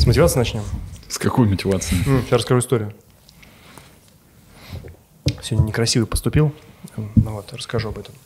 С мотивации начнем? С какой мотивацией? Сейчас расскажу историю. Сегодня некрасиво поступил, расскажу об этом.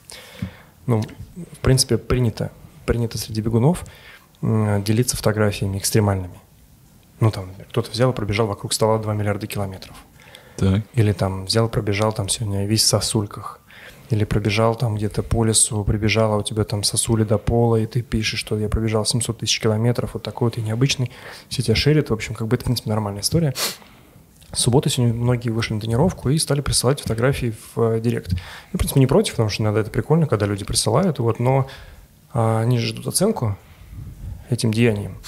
В принципе, принято среди бегунов делиться фотографиями экстремальными. Например, кто-то взял и пробежал вокруг стола 2 миллиарда километров. Так. Или взял и пробежал сегодня весь в сосульках. Или пробежал где-то по лесу, прибежал, а у тебя сосули до пола, и ты пишешь, что я пробежал 700 тысяч километров, вот такой вот и необычный. Все тебя шерят, в общем, это, в принципе, нормальная история. В субботу сегодня многие вышли на тренировку и стали присылать фотографии в директ. Я, в принципе, не против, потому что иногда это прикольно, когда люди присылают, но они же ждут оценку этим деяниям.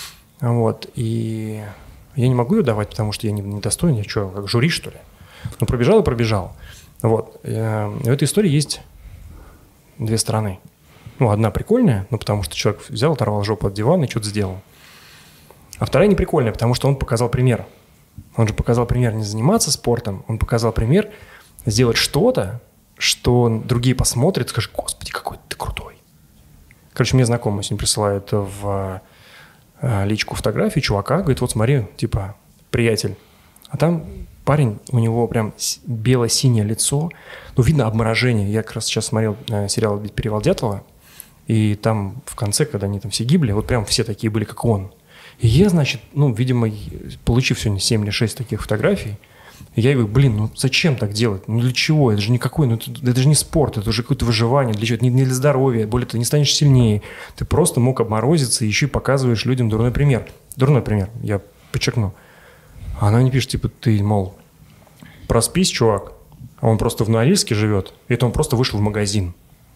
И я не могу ее давать, потому что я не достоин, я что, как жюри, что ли? Пробежал и пробежал. В этой истории есть две стороны. Одна прикольная, потому что человек взял, оторвал жопу от дивана и что-то сделал. А вторая неприкольная, потому что он показал пример. Он же показал пример не заниматься спортом, он показал пример сделать что-то, что другие посмотрят и скажут: «Господи, какой ты крутой». Мне знакомый сегодня присылает в личку фотографии чувака, говорит: вот смотри, приятель. А там парень, у него прям бело-синее лицо, видно обморожение. Я как раз сейчас смотрел сериал «Перевал Дятлова», и там в конце, когда они все гибли, прям все такие были, как он. И я, видимо, получив сегодня 7 или 6 таких фотографий, я говорю: зачем так делать? Для чего? Это же никакой, это же не спорт, это уже какое-то выживание. Для чего? Это не для здоровья, более ты не станешь сильнее. Ты просто мог обморозиться и еще и показываешь людям дурной пример. Дурной пример, я подчеркну. А она мне пишет, ты, мол, проспись, чувак, а он просто в Норильске живет, и это он просто вышел в магазин.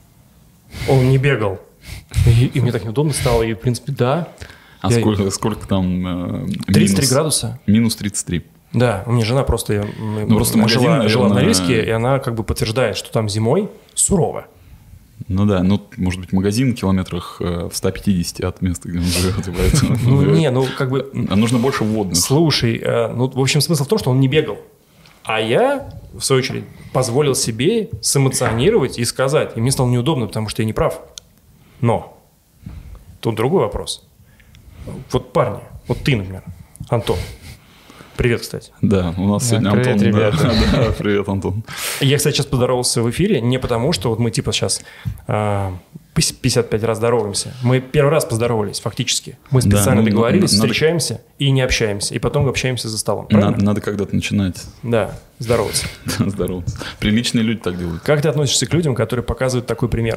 Он не бегал. И мне так неудобно стало, и, в принципе, да. А сколько там? 33 градуса. Минус 33. Да, у меня жена просто жила в Норильске, и она подтверждает, что там зимой сурово. Может быть, магазин километрах в 150 от места, где он живет. А нужно больше водных. Слушай, в общем, смысл в том, что он не бегал. А я, в свою очередь, позволил себе сэмоционировать и сказать. И мне стало неудобно, потому что я не прав. Но тут другой вопрос. Парни, ты, например, Антон. Привет, кстати. Да, у нас сегодня привет, Антон. Ребята. Да, привет, Антон. Я, кстати, сейчас поздоровался в эфире не потому, что мы сейчас 55 раз здороваемся. Мы первый раз поздоровались, фактически. Мы специально договорились, встречаемся и не общаемся. И потом общаемся за столом. Надо когда-то начинать. Да, здороваться. Здороваться. Приличные люди так делают. Как ты относишься к людям, которые показывают такой пример?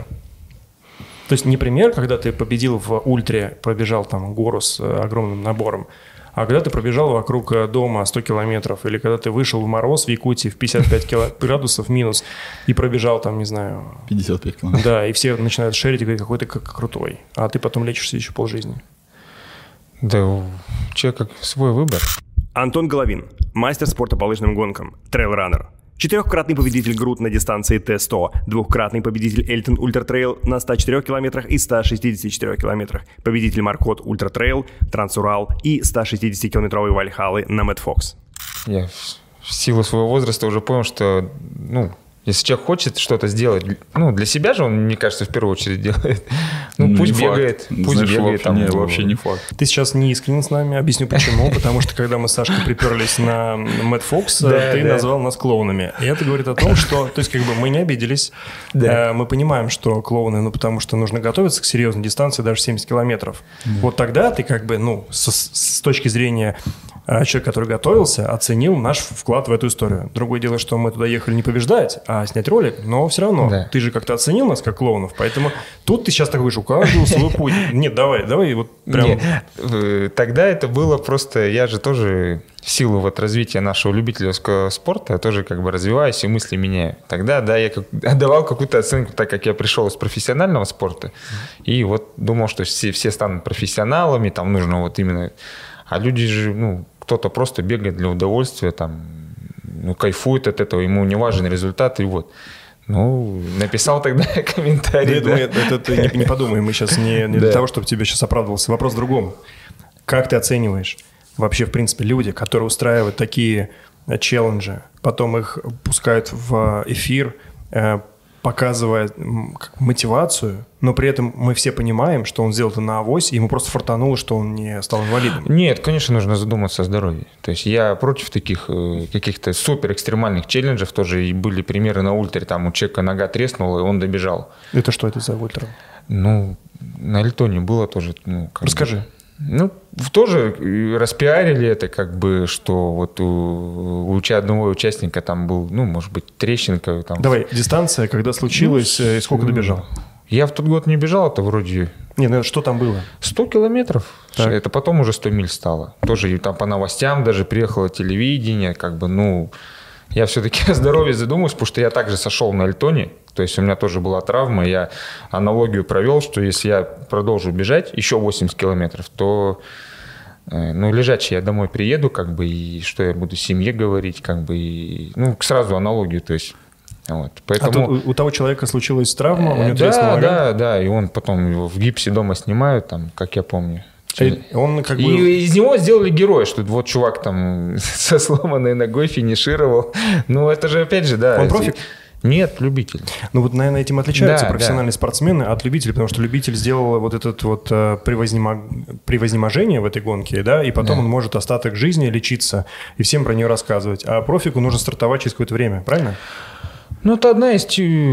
То есть не пример, когда ты победил в ультре, пробежал гору с огромным набором, а когда ты пробежал вокруг дома 100 километров, или когда ты вышел в мороз в Якутии в 55 градусов минус и пробежал 55 километров. Да, и все начинают шерить и говорить: какой ты крутой. А ты потом лечишься еще полжизни. Да, у человека свой выбор. Антон Головин, мастер спорта по лыжным гонкам, трейл-раннер. 4-кратный победитель ГРУТ на дистанции Т100, 2-кратный победитель Эльтон Ультра Трейл на 104 километрах и 164 километрах, победитель Маркот Ультра Трейл, Трансурал и 160-километровой Вальхаллы на Мэтт Фокс. Я в силу своего возраста уже понял, что, если человек хочет что-то сделать, для себя же он, мне кажется, в первую очередь делает. Пусть бегает, пусть бегает. Вообще не факт. Ты сейчас не искренен с нами, объясню почему. Потому что, когда мы с Сашкой приперлись на Мэтт Фокс, ты назвал нас клоунами. И это говорит о том, что, мы не обиделись. Мы понимаем, что клоуны, потому что нужно готовиться к серьезной дистанции, даже 70 километров. Вот тогда ты с точки зрения человека, который готовился, оценил наш вклад в эту историю. Другое дело, что мы туда ехали не побеждать, а снять ролик, но все равно ты же как-то оценил нас как клоунов, поэтому тут ты сейчас так говоришь: у каждого свой путь. Нет, давай прям. Нет, тогда это было просто, я же тоже в силу развития нашего любительского спорта тоже развиваюсь и мысли меняю. Тогда, я отдавал какую-то оценку, так как я пришел из профессионального спорта, и думал, что все станут профессионалами, там нужно именно... А люди же, кто-то просто бегает для удовольствия, кайфует от этого, ему не важен результат, и написал тогда комментарий. Не подумай, мы сейчас не для того, чтобы тебе сейчас оправдывался. Вопрос в другом. Как ты оцениваешь вообще, в принципе, люди, которые устраивают такие челленджи, потом их пускают в эфир, показывая мотивацию, но при этом мы все понимаем, что он сделал это на авось, и ему просто фартануло, что он не стал инвалидом. Нет, конечно, нужно задуматься о здоровье. То есть я против таких каких-то супер экстремальных челленджев. Тоже и были примеры на ультре, там у человека нога треснула, и он добежал. Это что это за ультра? Ну, на Эльтоне было тоже. Расскажи. Тоже распиарили это, как бы, что вот у одного участника там был, может быть, трещинка. Там. Давай, дистанция, когда случилась, и сколько добежал? Я в тот год не бежал, это вроде... Не, что там было? 100 километров. Так. Это потом уже 100 миль стало. Тоже и там по новостям даже приехало телевидение, как бы, я все-таки о здоровье задумался, потому что я также сошел на Эльтоне. То есть у меня тоже была травма. Я аналогию провел, что если я продолжу бежать еще 80 километров, то лежачий я домой приеду, как бы, и что я буду семье говорить, как бы, и, сразу аналогию, то есть. Вот. Поэтому... у того человека случилась травма, у него треснула нога? Да, и он потом его в гипсе дома снимают, там, как я помню. Он как бы... И из него сделали героя, что вот чувак там со сломанной ногой финишировал. Это же опять же, да. Он профик? Нет, любитель. Наверное, этим отличаются профессиональные спортсмены от любителей, потому что любитель сделал вот это вот превознеможение в этой гонке, да, и потом он может остаток жизни лечиться и всем про нее рассказывать. А профику нужно стартовать через какое-то время, правильно? Это одна из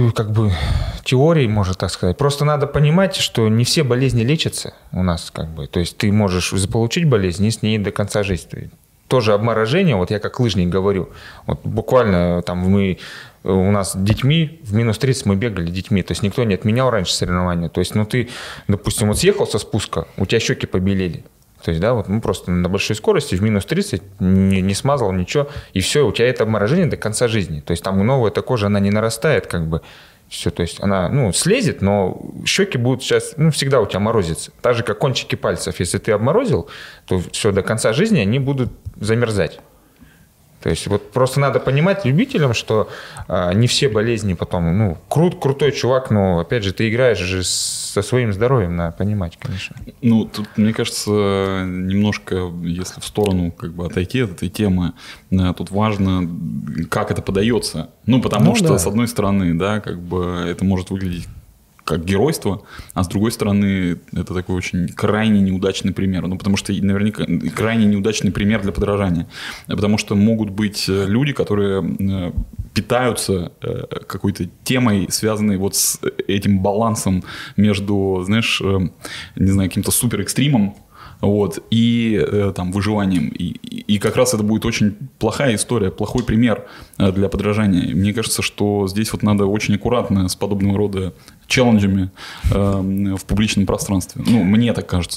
теорий, можно так сказать. Просто надо понимать, что не все болезни лечатся у нас, как бы. То есть ты можешь заполучить болезнь и с ней до конца жизни. Тоже обморожение, вот я как лыжник говорю, вот буквально там у нас с детьми в минус 30 мы бегали детьми, то есть никто не отменял раньше соревнования. То есть, ты, допустим, вот съехал со спуска, у тебя щеки побелели. То есть, да, просто на большой скорости в минус 30 не смазал ничего, и все, у тебя это обморожение до конца жизни. То есть там новая эта кожа, она не нарастает, как бы, все, то есть она, слезет, но щеки будут сейчас, всегда у тебя морозиться. Так же, как кончики пальцев, если ты обморозил, то все, до конца жизни они будут замерзать. То есть вот просто надо понимать любителям, что не все болезни потом, крутой чувак, но опять же ты играешь же со своим здоровьем, надо понимать, конечно. Тут, мне кажется, немножко, если в сторону как бы отойти от этой темы, тут важно, как это подается. Потому что, с одной стороны, да, как бы это может выглядеть как геройство, а с другой стороны, это такой очень крайне неудачный пример. Потому что наверняка крайне неудачный пример для подражания. Потому что могут быть люди, которые питаются какой-то темой, связанной вот с этим балансом между, не знаю, каким-то суперэкстримом, и там выживанием. И как раз это будет очень плохая история, плохой пример для подражания. И мне кажется, что здесь вот надо очень аккуратно с подобного рода челленджами в публичном пространстве. Мне так кажется.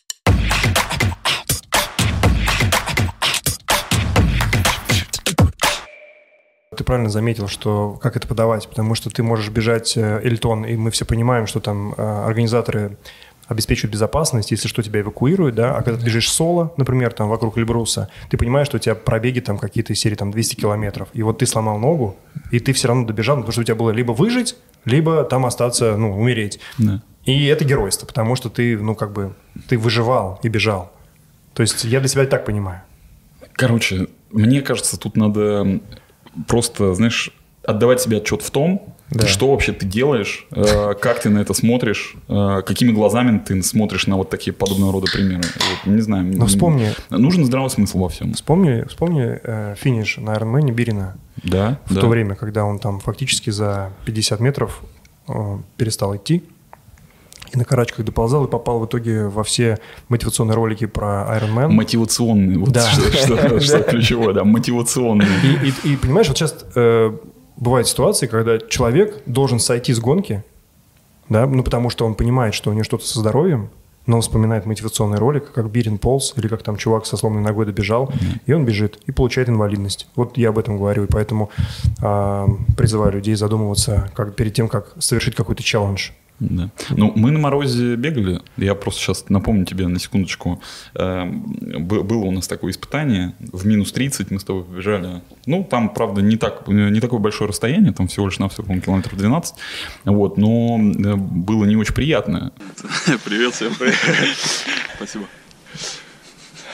Ты правильно заметил, что как это подавать, потому что ты можешь бежать Эльтон, и мы все понимаем, что там организаторы обеспечивают безопасность, если что, тебя эвакуируют, да, а когда ты бежишь соло, например, там вокруг Эльбруса, ты понимаешь, что у тебя пробеги там какие-то из серии там 200 километров, и вот ты сломал ногу, и ты все равно добежал, потому что у тебя было либо выжить, либо там остаться, умереть. Да. И это геройство, потому что ты, ты выживал и бежал. То есть я для себя и так понимаю. Короче, мне кажется, тут надо просто, отдавать себе отчет в том, что вообще ты делаешь, как ты на это смотришь, какими глазами ты смотришь на вот такие подобного рода примеры. Не знаю. Но вспомни. Нужен здравый смысл во всем. Вспомни финиш на Ironman Бирина. Да. В то время, когда он там фактически за 50 метров перестал идти. И на карачках доползал и попал в итоге во все мотивационные ролики про Ironman. Мотивационные. Вот что ключевое, да, мотивационные. И понимаешь, вот сейчас бывают ситуации, когда человек должен сойти с гонки, да, потому что он понимает, что у него что-то со здоровьем, но он вспоминает мотивационный ролик, как Бирин полз, или как там чувак со сломанной ногой добежал, и он бежит, и получает инвалидность. Вот я об этом говорю, и поэтому призываю людей задумываться перед тем, как совершить какой-то челлендж. Да. Мы на морозе бегали. Я просто сейчас напомню тебе на секундочку. Было у нас такое испытание. В минус 30 мы с тобой побежали. Там, правда, не такое большое расстояние. Там всего лишь навсего километров 12. Но было не очень приятно. Привет всем. Привет. Спасибо.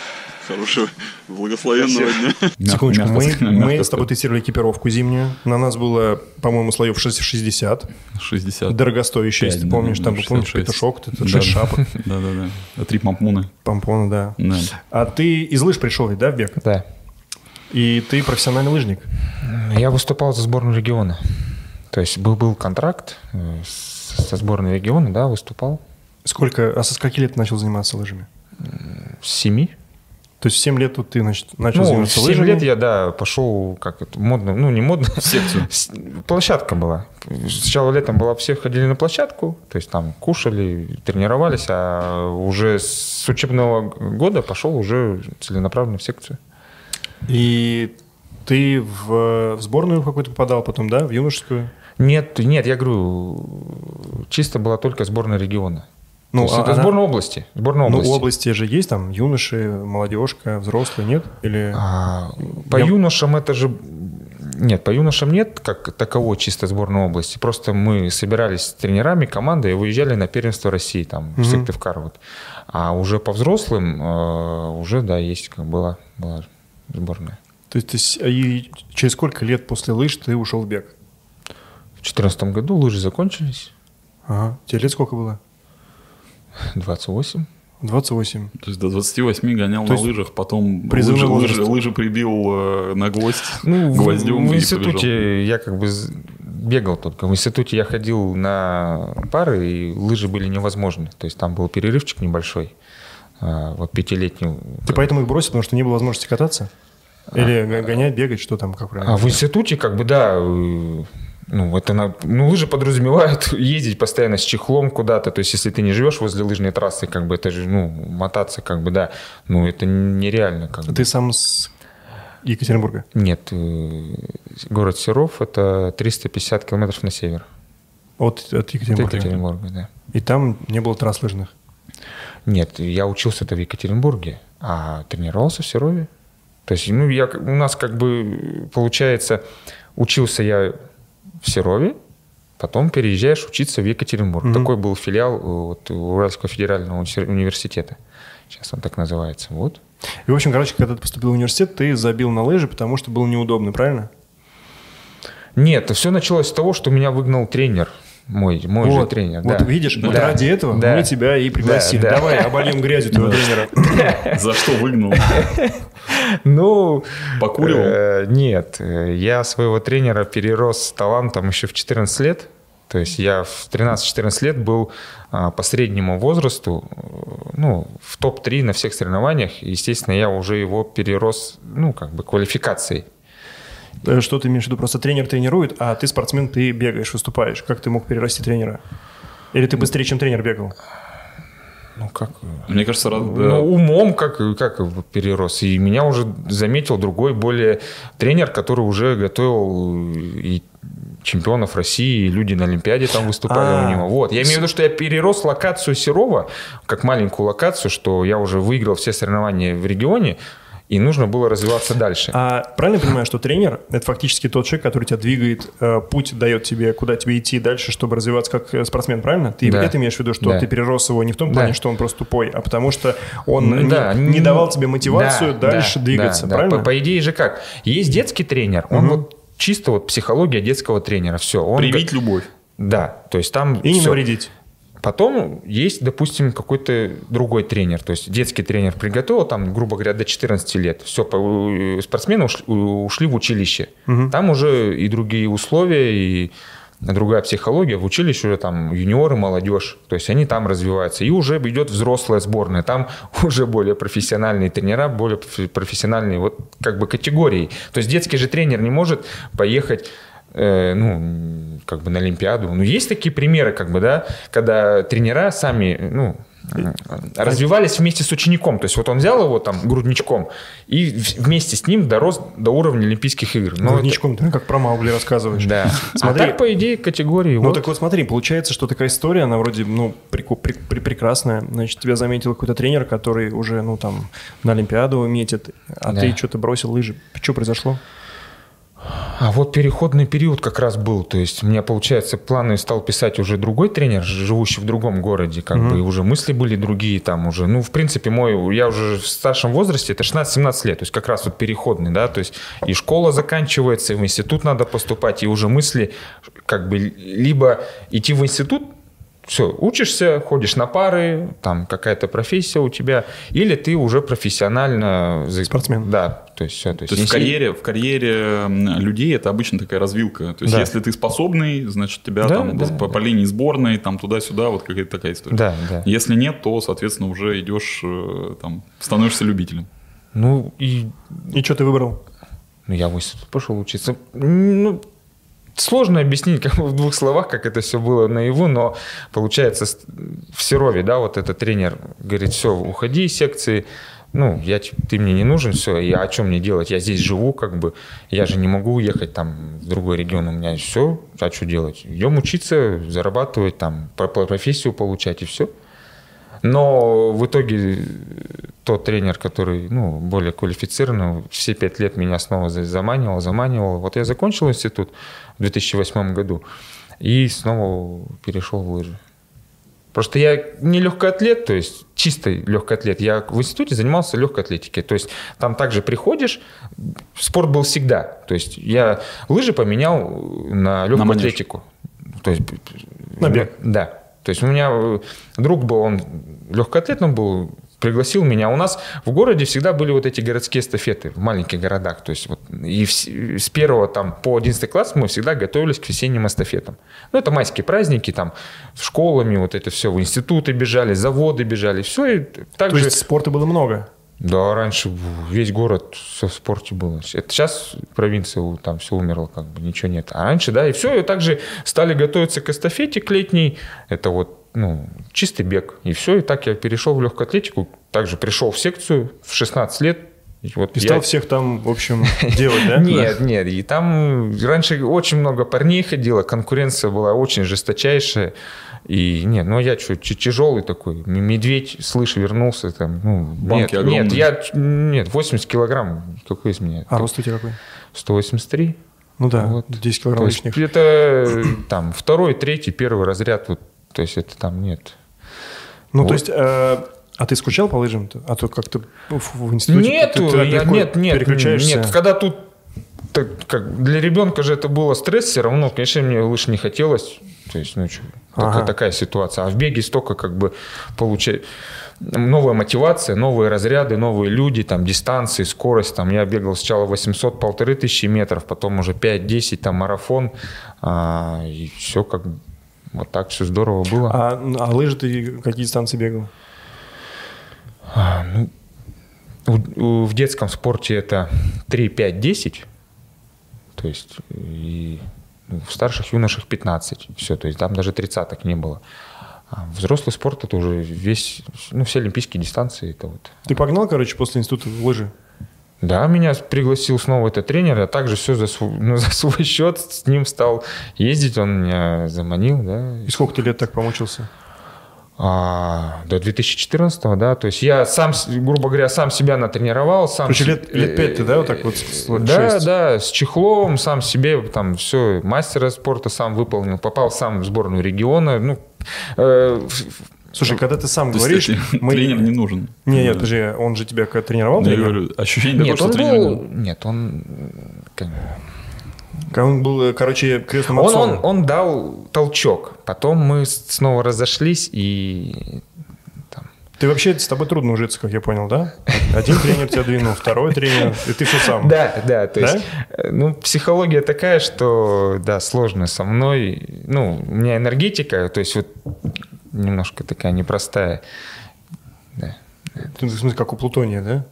Хорошего, благословенного дня. Секундочку, мы с тобой тестировали экипировку зимнюю. На нас было, по-моему, слоев 60. 60. Дорогостоящие, если ты помнишь. Там, помнишь, петушок, 6 шапок. Да. 3 помпоны. Помпоны, да. А ты из лыж пришел ведь, да, в бег? Да. И ты профессиональный лыжник? Я выступал за сборную региона. То есть был контракт со сборной региона, да, выступал. А со скольки лет ты начал заниматься лыжами? С 7. То есть в 7 лет ты начал заниматься лыжами? В 7 лет я, да, пошел, как это, модно, не модно. В секцию. Площадка была. Сначала летом все ходили на площадку, то есть там кушали, тренировались, а уже с учебного года пошел уже целенаправленно в секцию. И ты в сборную какую-то попадал потом, да, в юношескую? Нет, я говорю, чисто была только сборная региона. Это сборная области. У области же есть там юноши, молодежка, взрослые, нет? Или... По юношам это же... Нет, по юношам нет как таковой чисто сборной области. Просто мы собирались с тренерами команды и выезжали на первенство России, там, в Сыктывкар. Вот. А уже по взрослым уже, да, есть, была сборная. То есть и через сколько лет после лыж ты ушел в бег? В 2014 году лыжи закончились. Ага. Тебе лет сколько было? 28. 28. То есть до 28 гонял на лыжах, потом лыжи прибил на гвоздь, гвоздем. В институте я как бы бегал только. В институте я ходил на пары, и лыжи были невозможны. То есть там был перерывчик небольшой, вот 5-летний. Ты поэтому их бросил, потому что не было возможности кататься? Или гонять, бегать, что там, как правильно? В институте как бы, да... лыжи подразумевают ездить постоянно с чехлом куда-то. То есть, если ты не живешь возле лыжной трассы, как бы это же, мотаться, как бы, да. Это нереально. Как бы. Ты сам с Екатеринбурга? Нет. Город Серов – это 350 километров на север. От Екатеринбурга? От Екатеринбурга, да. И там не было трасс лыжных? Нет, я учился-то в Екатеринбурге, а тренировался в Серове. То есть, у нас как бы, получается, учился я в Серове, потом переезжаешь учиться в Екатеринбург. Такой был филиал Уральского федерального университета. Сейчас он так называется. Вот. И, в общем, когда ты поступил в университет, ты забил на лыжи, потому что было неудобно, правильно? Нет, все началось с того, что меня выгнал тренер. Мой же тренер. Вот да. видишь, вот ради этого мы тебя и пригласили. Да. Давай обольем грязью твоего тренера. За что выгнал? Покуривал? Нет, я своего тренера перерос талантом еще в 14 лет. То есть я в 13-14 лет был по среднему возрасту, в топ-3 на всех соревнованиях. Естественно, я уже его перерос, квалификацией. Что ты имеешь в виду? Просто тренер тренирует, а ты спортсмен, ты бегаешь, выступаешь. Как ты мог перерасти тренера? Или ты быстрее, чем тренер, бегал? Как? Мне кажется, умом как перерос. И меня уже заметил другой, более тренер, который уже готовил и чемпионов России, и люди на Олимпиаде там выступали у него. Вот. Я имею в виду, что я перерос локацию Серова, как маленькую локацию, что я уже выиграл все соревнования в регионе, и нужно было развиваться дальше. А правильно я понимаю, что тренер – это фактически тот человек, который тебя двигает, путь дает тебе, куда тебе идти дальше, чтобы развиваться как спортсмен, правильно? Ты это имеешь в виду, что ты перерос его не в том плане, что он просто тупой, а потому что он не давал тебе мотивацию дальше двигаться, правильно? По идее же как? Есть детский тренер, он чисто психология детского тренера, все. Привить любовь. Да, то есть там и не навредить. Потом есть, допустим, какой-то другой тренер. То есть детский тренер приготовил, там, грубо говоря, до 14 лет. Все, спортсмены ушли в училище. Там уже и другие условия, и другая психология. В училище уже там юниоры, молодежь. То есть они там развиваются. И уже идет взрослая сборная. Там уже более профессиональные тренера, более профессиональные категории. То есть детский же тренер не может поехать на Олимпиаду. Есть такие примеры, когда тренера сами, развивались вместе с учеником. То есть он взял его там грудничком и вместе с ним дорос до уровня Олимпийских игр. Грудничком, ты как про Маугли рассказываешь. Да. Смотри, а так, по идее, категории... так вот смотри, получается, что такая история, она вроде, прекрасная. Значит, тебя заметил какой-то тренер, который уже, на Олимпиаду метит, а ты что-то бросил лыжи. Что произошло? А вот переходный период как раз был. То есть, мне, получается, планы стал писать уже другой тренер, живущий в другом городе. Как бы, и уже мысли были другие там уже. Ну, в принципе, я уже в старшем возрасте, это 16-17 лет. То есть, как раз вот переходный, да. То есть, и школа заканчивается, и в институт надо поступать. И уже мысли, как бы, либо идти в институт, все, учишься, ходишь на пары, там какая-то профессия у тебя, или ты уже профессионально... Спортсмен. Да, то есть все. То есть в карьере людей это обычно такая развилка. То есть если ты способный, значит тебя по линии сборной, там туда-сюда, вот какая-то такая история. Да, да. Если нет, то, соответственно, уже идешь, там, становишься любителем. Ну и что ты выбрал? Ну, я в институт пошел учиться. Сложно объяснить как в двух словах, как это все было наяву, но получается в Серове, да, вот этот тренер говорит: все, уходи из секции, ты мне не нужен, все, о чем мне делать, я здесь живу, как бы, я же не могу уехать там в другой регион, у меня все, а что делать? Идем учиться, зарабатывать, там, профессию получать и все. Но в итоге тот тренер, который более квалифицированный, все 5 лет меня снова заманивал. Вот я закончил институт в 2008 году и снова перешел в лыжи. Просто я не легкоатлет, то есть чистый легкоатлет. Я в институте занимался легкой атлетикой. То есть там также приходишь, спорт был всегда. То есть я лыжи поменял на легкую атлетику. То есть, на бег? Да. То есть у меня друг был, он легкоатлетом был, пригласил меня. У нас в городе всегда были вот эти городские эстафеты в маленьких городах. То есть и с 1 там, по 11 класс мы всегда готовились к весенним эстафетам. Это майские праздники, там, с школами, вот это все, в институты бежали, заводы бежали, все. И то есть спорта было много? Да, раньше весь город все в спорте было. Это сейчас провинция, там все умерло, как бы ничего нет. А раньше, да, и все. И также стали готовиться к эстафете, к летней. Это чистый бег. И все. И так я перешел в легкую атлетику. Также пришел в секцию в 16 лет. И стал всех там, в общем, делать, да? Нет. И там раньше очень много парней ходило. Конкуренция была очень жесточайшая. И я тяжелый такой, медведь, слышь, вернулся там, банки огромные. Нет, 80 килограмм, какой из меня? А рост у тебя какой? 183. Ну да, вот. 10 килограмм лишних. Это там 2-й, 3-й, 1-й разряд, то есть это там нет. То есть, а ты скучал по лыжам-то? А то как-то в институте нет, переключаешься? Нет, когда тут, для ребенка же это было стресс все равно, конечно, мне лыж не хотелось. То есть, такая ситуация. А в беге столько получать новая мотивация, новые разряды, новые люди, там, дистанции, скорость. Там, я бегал сначала 800, 1500 метров, потом уже 5-10, там, марафон. И все вот так все здорово было. А лыжи ты какие дистанции бегал? В детском спорте это 3, 5, 10. То есть в старших юношах 15. Все, то есть там даже 30-ок не было. А взрослый спорт это уже все олимпийские дистанции. Это вот. Ты погнал, после института в лыжи? Да, меня пригласил снова этот тренер, я также все за свой счет с ним стал ездить, он меня заманил. Да. И сколько ты лет так помучился? До 2014-го, да, то есть я сам, грубо говоря, сам себя натренировал. Короче, лет 5 ты, да, вот так вот? Да, с чехлом, сам себе, там, все, мастера спорта сам выполнил, попал сам в сборную региона, Слушай, когда ты сам говоришь... Тренер не нужен. Нет, подожди, он же тебя тренировал? Я говорю, ощущение такое, что тренер... Нет, он... Он был, крестным отцом. Он дал толчок. Потом мы снова разошлись и... Ты вообще, с тобой трудно ужиться, как я понял, да? Один тренер тебя двинул, второй тренер, и ты все сам. Да, то есть, психология такая, что, да, сложно со мной. У меня энергетика, то есть вот немножко такая непростая. Да. В смысле, как у Плутония, да?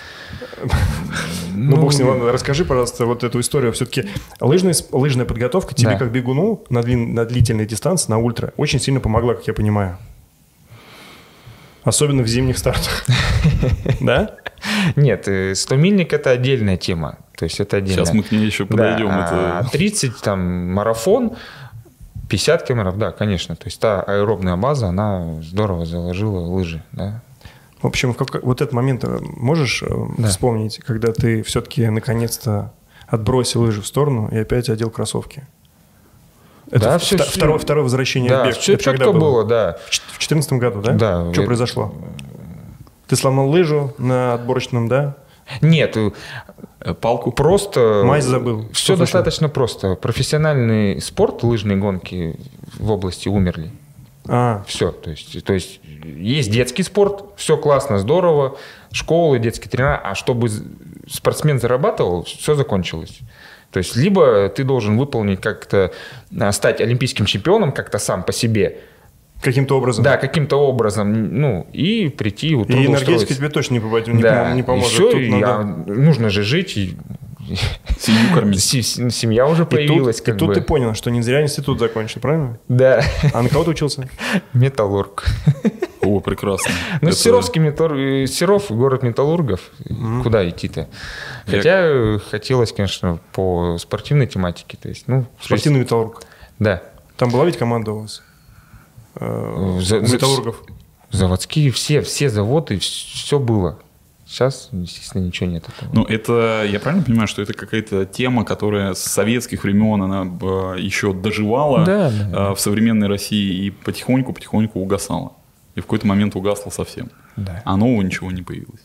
Бог с ним, ладно, расскажи, пожалуйста, вот эту историю. Все-таки лыжная подготовка тебе, как бегуну на длительной дистанции, на ультра, очень сильно помогла, как я понимаю. Особенно в зимних стартах. Да? Нет, 100-мильник – это отдельная тема. То есть это отдельно. Сейчас мы к ней еще подойдем. Да, 30, там, марафон, 50 километров, да, конечно. То есть та аэробная база, она здорово заложила лыжи, да. В общем, вот этот момент можешь вспомнить, когда ты все-таки наконец-то отбросил лыжи в сторону и опять одел кроссовки. Это второе возвращение в бег. Все это четко было, да. В 2014 году, да? Да. Что произошло? Ты сломал лыжу на отборочном, да? Нет, палку. Просто... Мазь забыл. Все достаточно просто. Профессиональный спорт, лыжные гонки в области умерли. Все. То есть есть детский спорт, все классно, здорово, школы, детские тренера, а чтобы спортсмен зарабатывал, все закончилось. То есть либо ты должен выполнить как-то, стать олимпийским чемпионом как-то сам по себе. Каким-то образом. Да, каким-то образом. И прийти, и энергетика тебе точно не поможет. И все, нужно же жить. Семью кормить. Семья уже появилась. И тут ты понял, что не зря институт закончил, правильно? Да. А на кого ты учился? Металлург. О, прекрасно. Серов, город металлургов. Куда идти-то? Хотя хотелось, конечно, по спортивной тематике. То есть, спортивный металлург. Да. Там была ведь команда у вас? Металлургов. Заводские, все заводы, все было. Сейчас, естественно, ничего нет этого. Ну, это, я правильно понимаю, что это какая-то тема, которая с советских времен, она еще доживала в современной России и потихоньку угасала. И в какой-то момент угасла совсем. Да. А нового ничего не появилось.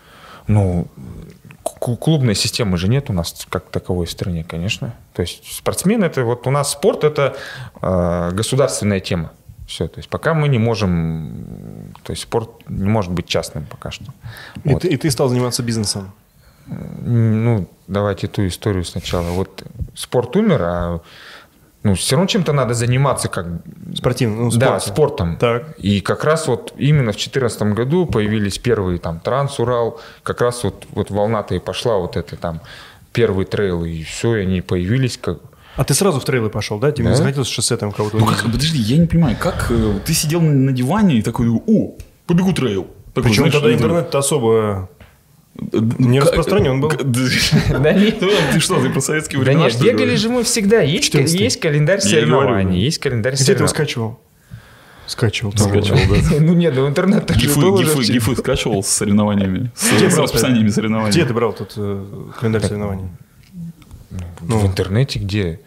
Клубной системы же нет у нас как таковой в стране, конечно. То есть спортсмен, это вот у нас спорт, это государственная тема. Все, то есть пока мы не можем, то есть спорт не может быть частным пока что. И ты стал заниматься бизнесом? Давайте ту историю сначала. Вот спорт умер, а все равно чем-то надо заниматься как спортивным, да, спортом. Так. И как раз вот именно в 2014 году появились первые там Транс-Урал, как раз вот волна-то и пошла вот это там первые трейлы, и все, и они появились как. А ты сразу в трейлы пошел, да? Тебе не захотелось с шоссе там кого-то увидеть? Подожди, я не понимаю, как ты сидел на диване и такой, побегу трейл. Причем тогда интернет-то особо не распространен был. Да нет. Ты что, ты про советские времена? Да нет, бегали же мы всегда. Есть календарь соревнований. Есть календарь соревнований. Где ты его скачивал? Да. Нет, интернет тоже был уже. Гифы скачивал с соревнованиями, с расписаниями соревнований. Где ты брал тут календарь соревнований? В интернете где?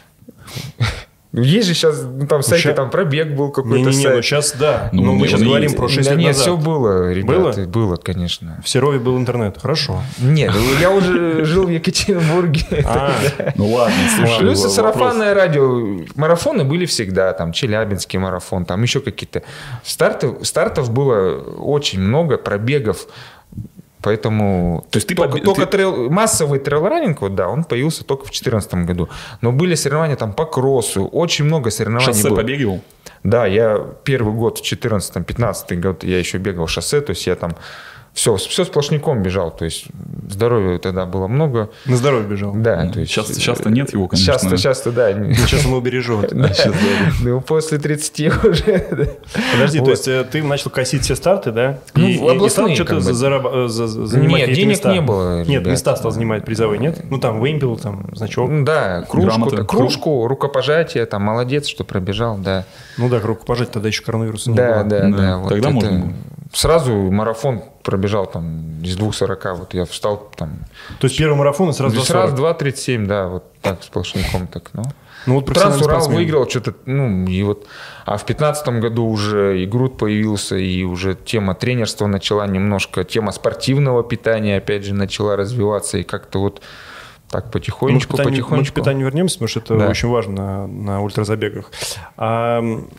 Есть же сейчас там сайты, там пробег был какой-то сайт. Сейчас да. Но мы сейчас говорим про 6 лет назад. Нет, все было, ребята. Было, конечно. В Серове был интернет. Хорошо. Нет, я уже жил в Екатеринбурге. Ну ладно, слушай. Плюс сарафанное радио. Марафоны были всегда. Там Челябинский марафон, там еще какие-то. Стартов было очень много, пробегов. Поэтому то есть массовый трейл-раннинг, он появился только в 2014 году. Но были соревнования там по кроссу, очень много соревнований шоссе было. побегал? Да, я первый год, в 2014-2015 год, я еще бегал шоссе, то есть я там все сплошняком бежал, то есть здоровья тогда было много. На здоровье бежал? Да. То есть, сейчас-то нет его, конечно. Сейчас-то, да. Сейчас он убережет. Ну, после 30 уже. Подожди, то есть ты начал косить все старты, да? И стал что-то занимать нет, денег не было. Нет, места стал занимать призовые, нет? там вымпел, там значок. Да, кружку, рукопожатие, там молодец, что пробежал, да. Ну да, рукопожатие тогда еще коронавируса не было. Да. Тогда можно. Сразу марафон пробежал там из 2:40, вот я встал там. То есть первый марафон и сразу 2:40? Сразу 2:37, да, вот так сплошняком так, вот Транс-Урал выиграл что-то, и вот. А в 2015 году уже и Груд появился, и уже тема тренерства начала немножко, тема спортивного питания опять же начала развиваться, и как-то вот так потихонечку. Мы к питанию вернемся, потому что это очень важно на ультразабегах. А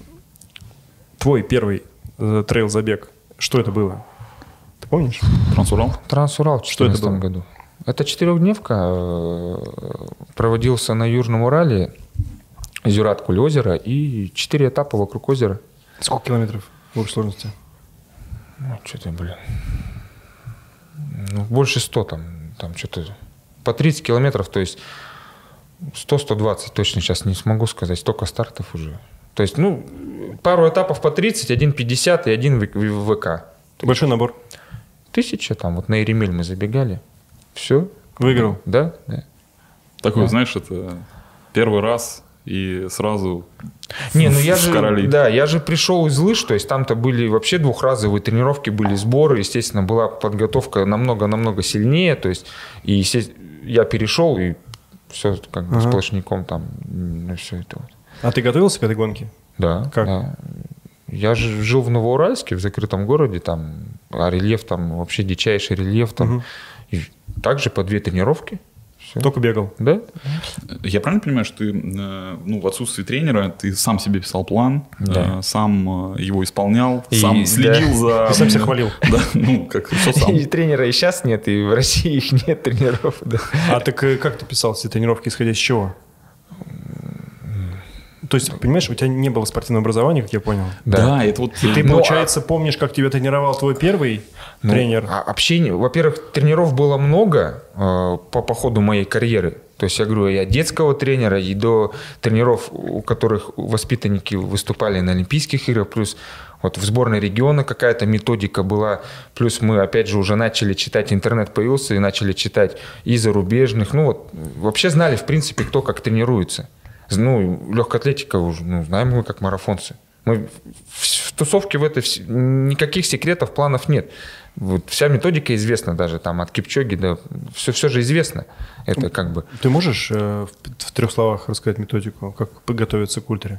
твой первый трейл-забег, что это было? Ты помнишь? Транс-Урал в 2014 году. Это 4-дневка, проводился на Южном Урале, Зюрат-Куль-озеро, и 4 этапа вокруг озера. Сколько километров в общей сложности? Больше 100 там что-то. По 30 километров, то есть 100-120 точно сейчас не смогу сказать, столько стартов уже. То есть, пару этапов по 30, 1:50 и 1 в ВК. Большой набор? 1000, там вот на Иремель мы забегали. Все. Выиграл? Да. Такой, знаешь, это первый раз и сразу короли. Да, я же пришел из лыж, то есть там-то были вообще двухразовые тренировки, были сборы, естественно, была подготовка намного-намного сильнее, то есть, и я перешел, и Все как бы сплошняком там, все это вот. А ты готовился к этой гонке? Да. Как? Да. Я же жил в Новоуральске, в закрытом городе, там, а рельеф там вообще дичайший рельеф там. И также по 2 тренировки. Все. Только бегал? Да. Я правильно понимаю, что ты в отсутствии тренера ты сам себе писал план, сам его исполнял, сам следил за... И сам себя хвалил. Да, как все сам. И тренера и сейчас нет, и в России их нет тренеров. Да. А так как ты писал все тренировки, исходя из чего? То есть, понимаешь, у тебя не было спортивного образования, как я понял. Да, это вот... И ты, получается, помнишь, как тебя тренировал твой первый тренер? Общение. Во-первых, тренеров было много по ходу моей карьеры. То есть, я говорю, и от детского тренера, и до тренеров, у которых воспитанники выступали на Олимпийских играх, плюс вот в сборной региона какая-то методика была, плюс мы, опять же, уже начали читать, интернет появился, и начали читать и зарубежных. Вообще знали, в принципе, кто как тренируется. Легкая атлетика уже, знаем мы как марафонцы. Мы в тусовке в этой никаких секретов, планов нет. Вот вся методика известна даже, там от Кипчоги, да, все же известно. Это как бы... Ты можешь в 3 словах рассказать методику, как подготовиться к ультре?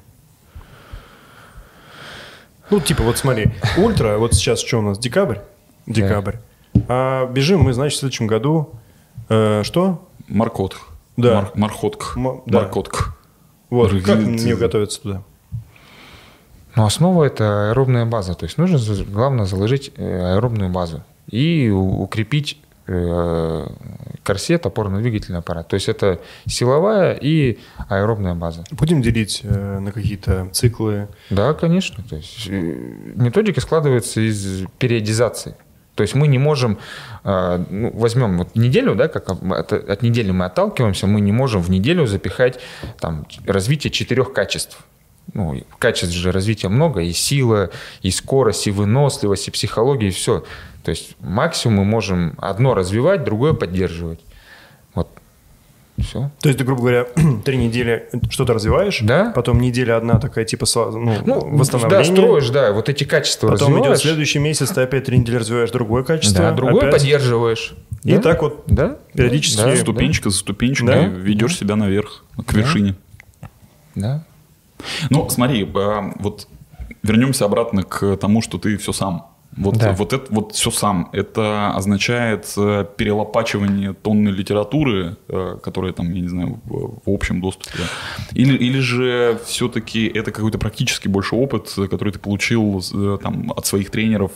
Вот смотри, ультра, вот сейчас что у нас, декабрь? Декабрь. А бежим мы, значит, в следующем году, что? Маркотк. Да. Маркотк. Да. Маркотк. Вот, как мне готовиться туда? Основа – это аэробная база. То есть нужно, главное, заложить аэробную базу и укрепить корсет, опорно-двигательный аппарат. То есть это силовая и аэробная база. Будем делить на какие-то циклы? Да, конечно. То есть методика складывается из периодизации. То есть мы не можем, возьмем неделю, да, как от недели мы отталкиваемся, мы не можем в неделю запихать там, развитие 4 качеств. Качеств же развития много, и сила, и скорость, и выносливость, и психология, и все. То есть максимум мы можем одно развивать, другое поддерживать. Вот. Все. То есть ты, грубо говоря, 3 недели что-то развиваешь, да? Потом неделя одна такая типа восстановление. Да, строишь, да, вот эти качества потом развиваешь. Потом идет следующий месяц, ты опять 3 недели развиваешь другое качество. Да, другое опять поддерживаешь. И да? так вот периодически. Да, ступенечка за ступенечкой ведешь себя наверх, к вершине. Да. Смотри, вот вернемся обратно к тому, что ты все сам. Вот это вот все сам. Это означает перелопачивание тонны литературы, которая там, я не знаю, в общем доступе. Или же все-таки это какой-то практически больше опыт, который ты получил там, от своих тренеров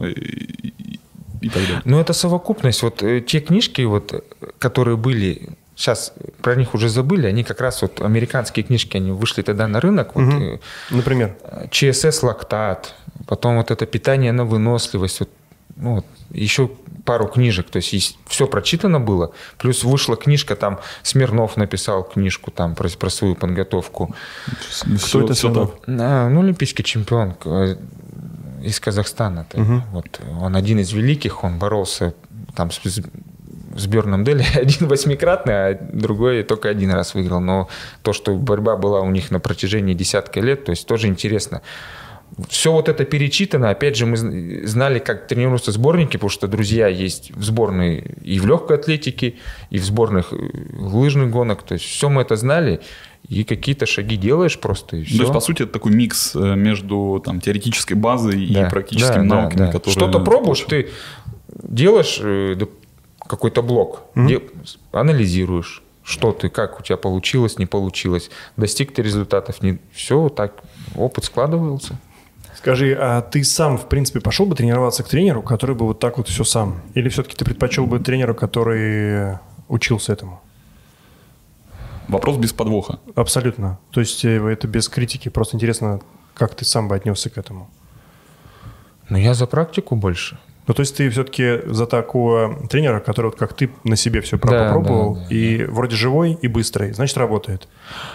и так далее. Это совокупность. Вот те книжки, которые были... Сейчас про них уже забыли, они как раз американские книжки, они вышли тогда на рынок. Например? ЧСС лактат, потом это питание на выносливость, еще пару книжек, то есть все прочитано было, плюс вышла книжка, там Смирнов написал книжку там про свою подготовку. Кто это Смирнов? Олимпийский чемпион из Казахстана. Он один из великих, он боролся там с Бёрном Дели, один 8-кратный, а другой только 1 раз выиграл. Но то, что борьба была у них на протяжении десятка лет, то есть тоже интересно. Все это перечитано. Опять же, мы знали, как тренируются сборники, потому что друзья есть в сборной и в легкой атлетике, и в сборных лыжных гонок. То есть все мы это знали, и какие-то шаги делаешь просто, и все. То есть, по сути, это такой микс между там, теоретической базой и практическими науками. Которые что-то пробуешь, ты делаешь... какой-то блок, анализируешь, что ты, как у тебя получилось, не получилось, достиг ты результатов, не все так, опыт складывался. Скажи, а ты сам, в принципе, пошел бы тренироваться к тренеру, который бы вот так вот все сам? Или все-таки ты предпочел бы тренеру, который учился этому? Вопрос без подвоха. Абсолютно. То есть это без критики, просто интересно, как ты сам бы отнесся к этому? Я за практику больше. То есть ты все-таки за такого тренера, который как ты на себе все попробовал, и вроде живой и быстрый, значит, работает.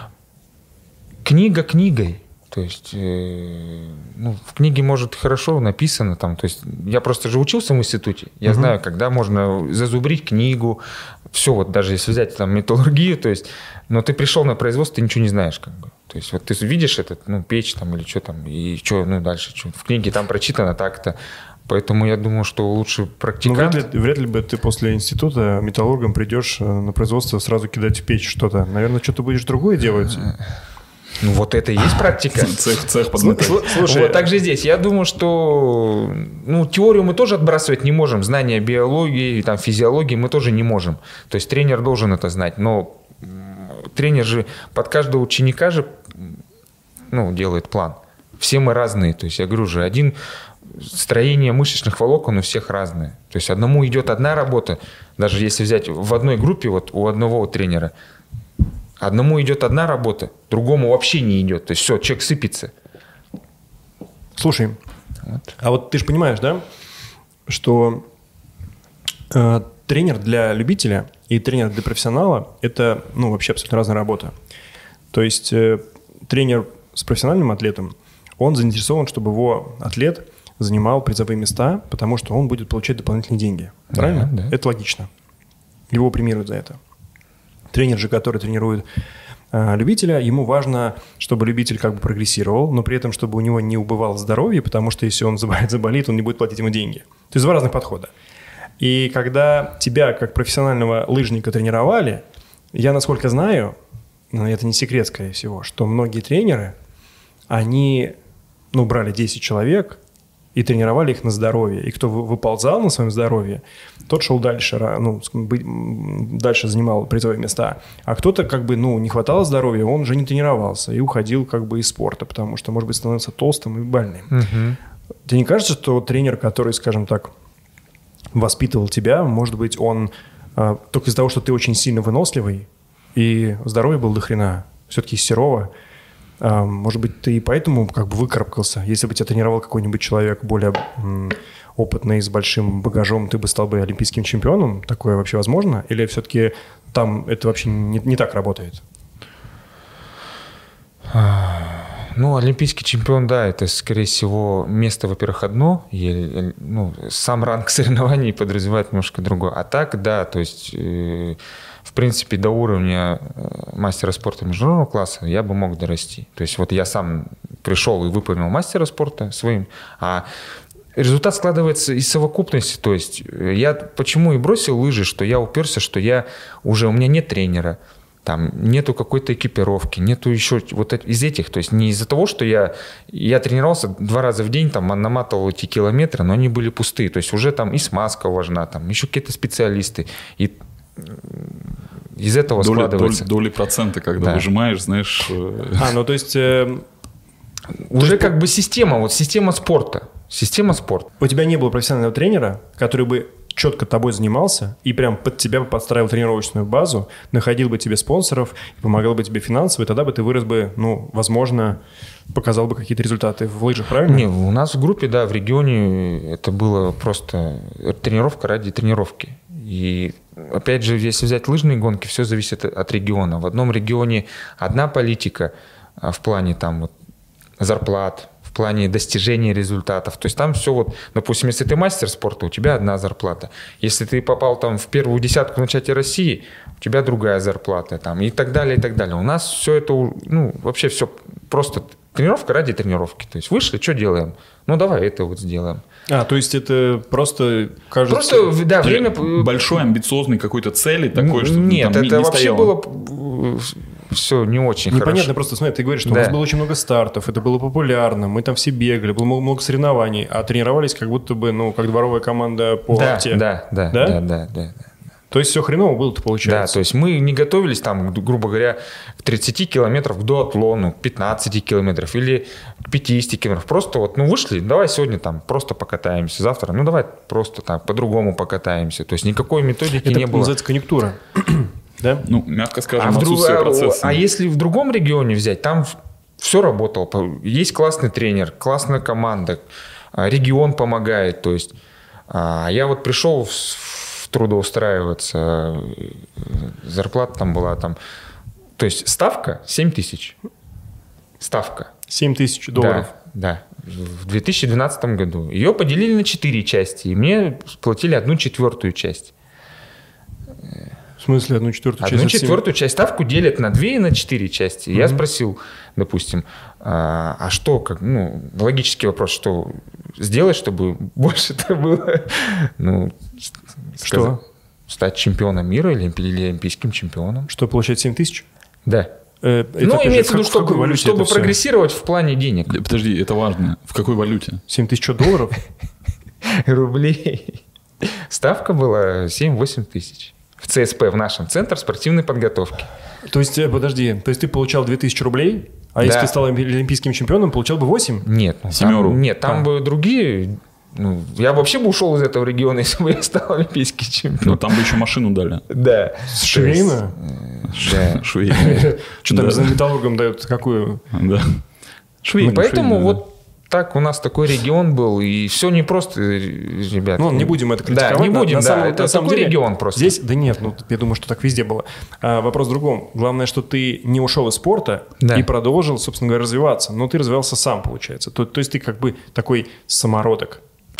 Книга книгой. То есть в книге, может, хорошо написано. Там, то есть я просто же учился в институте. Я знаю, когда можно зазубрить книгу. Все, даже если взять там металлургию, то есть, но ты пришел на производство, ты ничего не знаешь. Как бы. То есть ты видишь печь там или что там, и что, дальше. Что. В книге там прочитано так-то. Поэтому я думаю, что лучше практикант... Вряд ли бы ты после института металлургом придешь на производство сразу кидать в печь что-то. Наверное, что-то будешь другое делать. Ну, вот это и есть практика. Цех подметать. Слушай, вот так же здесь. Я думаю, что теорию мы тоже отбрасывать не можем. Знания биологии, там, физиологии мы тоже не можем. То есть тренер должен это знать. Но тренер же под каждого ученика же делает план. Все мы разные. То есть я говорю же, строение мышечных волокон у всех разное. То есть одному идет одна работа. Даже если взять в одной группе, вот у одного тренера, одному идет одна работа, другому вообще не идет. То есть все, человек сыпется. Слушай, а вот ты же понимаешь, да, что тренер для любителя и тренер для профессионала – это вообще абсолютно разная работа. То есть тренер с профессиональным атлетом, он заинтересован, чтобы его атлет занимал призовые места, потому что он будет получать дополнительные деньги. Правильно? Да. Это логично. Его премируют за это. Тренер же, который тренирует любителя, ему важно, чтобы любитель как бы прогрессировал, но при этом, чтобы у него не убывало здоровье, потому что если он заболит, он не будет платить ему деньги. То есть два разных подхода. И когда тебя, как профессионального лыжника, тренировали, я, насколько знаю, но это не секрет, скорее всего, что многие тренеры, они брали 10 человек и тренировали их на здоровье. И кто выползал на своем здоровье, тот шел дальше, дальше занимал призовые места. А кто-то не хватало здоровья, он уже не тренировался и уходил из спорта, потому что, может быть, становился толстым и больным. Угу. Тебе не кажется, что тренер, который, скажем так, воспитывал тебя, может быть, он только из-за того, что ты очень сильно выносливый и здоровье был до хрена, все-таки из Серова, может быть, ты и поэтому выкарабкался. Если бы тебя тренировал какой-нибудь человек более опытный, с большим багажом, ты бы стал бы олимпийским чемпионом? Такое вообще возможно? Или все-таки там это вообще не так работает? Олимпийский чемпион, да, это, скорее всего, место, во-первых, одно. Сам ранг соревнований подразумевает немножко другое. А так, да, то есть... В принципе, до уровня мастера спорта международного класса я бы мог дорасти. То есть вот я сам пришел и выполнил мастера спорта своим, а результат складывается из совокупности. То есть я почему и бросил лыжи, что я уперся, что у меня нет тренера, там нету какой-то экипировки, нету еще вот из этих. То есть не из-за того, что я тренировался 2 раза в день, там наматывал эти километры, но они были пустые. То есть уже там и смазка важна, там еще какие-то специалисты. И из этого складывается. Доли процента, когда выжимаешь, знаешь... то есть... Уже система спорта. Система спорта. У тебя не было профессионального тренера, который бы четко тобой занимался и прям под тебя бы подстраивал тренировочную базу, находил бы тебе спонсоров, помогал бы тебе финансово, и тогда бы ты вырос бы, возможно, показал бы какие-то результаты в лыжах, правильно? Не, у нас в группе, да, в регионе это было просто тренировка ради тренировки. И опять же, если взять лыжные гонки, все зависит от региона. В одном регионе одна политика в плане зарплат, в плане достижения результатов. То есть там все допустим, если ты мастер спорта, у тебя одна зарплата. Если ты попал в первую десятку на чате России, у тебя другая зарплата и так далее, и так далее. У нас все это, вообще все просто тренировка ради тренировки. То есть вышли, что делаем? Давай это сделаем. То есть это просто кажется... Просто, да, время... Большой, амбициозный какой-то цели такой, что нет, там это не вообще стояло. было все не очень непонятно, хорошо. просто, смотри, ты говоришь, что у нас было очень много стартов, это было популярно, мы там все бегали, было много соревнований, а тренировались как будто бы, как дворовая команда по арте. Да. То есть все хреново было-то, получается. Да, то есть мы не готовились грубо говоря, к 30 километров к дуатлону, к 15 километров или к 50 километров. Просто вышли, давай сегодня просто покатаемся, завтра, давай просто по-другому покатаемся. То есть никакой методики не было. Это называется конъюнктура. Да? Мягко скажем, отсутствие процесса. А если в другом регионе взять, там все работало. Есть классный тренер, классная команда, регион помогает. То есть я пришел трудоустраиваться, зарплата там была то есть ставка 7 тысяч. Ставка. 7 тысяч долларов. Да, в 2012 году. Ее поделили на 4 части, и мне платили 1/4 часть. В смысле, 1/4 часть? 1/4 часть ставку делят на 2 и на 4 части. Я спросил, допустим, а что, как, ну, логический вопрос, что сделать, чтобы больше это было? Ну, что? Стать чемпионом мира или олимпийским чемпионом. Что, получать 7 тысяч? Да. Ну, имеется в виду, чтобы прогрессировать в плане денег. Подожди, это важно. В какой валюте? 7 тысяч долларов? Рублей. Ставка была 7-8 тысяч. В ЦСП, в нашем Центр спортивной подготовки. То есть, подожди, то есть ты получал 2000 рублей, а если ты стал олимпийским чемпионом, получал бы 8? Нет. Там бы другие... Ну, я вообще бы ушел из этого региона, если бы я стал олимпийским чемпионом. Но там бы еще машину дали. Да. С Швейна? Да. Швейна. Что там за металлургом дают? Какую? Да. Швейна. Поэтому вот так у нас такой регион был, и все непросто, ребят. Ну, не будем это критиковать. Да, не будем, это такой регион просто. Здесь, да нет, ну, я думаю, что так везде было. Вопрос в другом. Главное, что ты не ушел из спорта и продолжил, собственно говоря, развиваться. Но ты развивался сам, получается. То есть ты как бы такой самородок.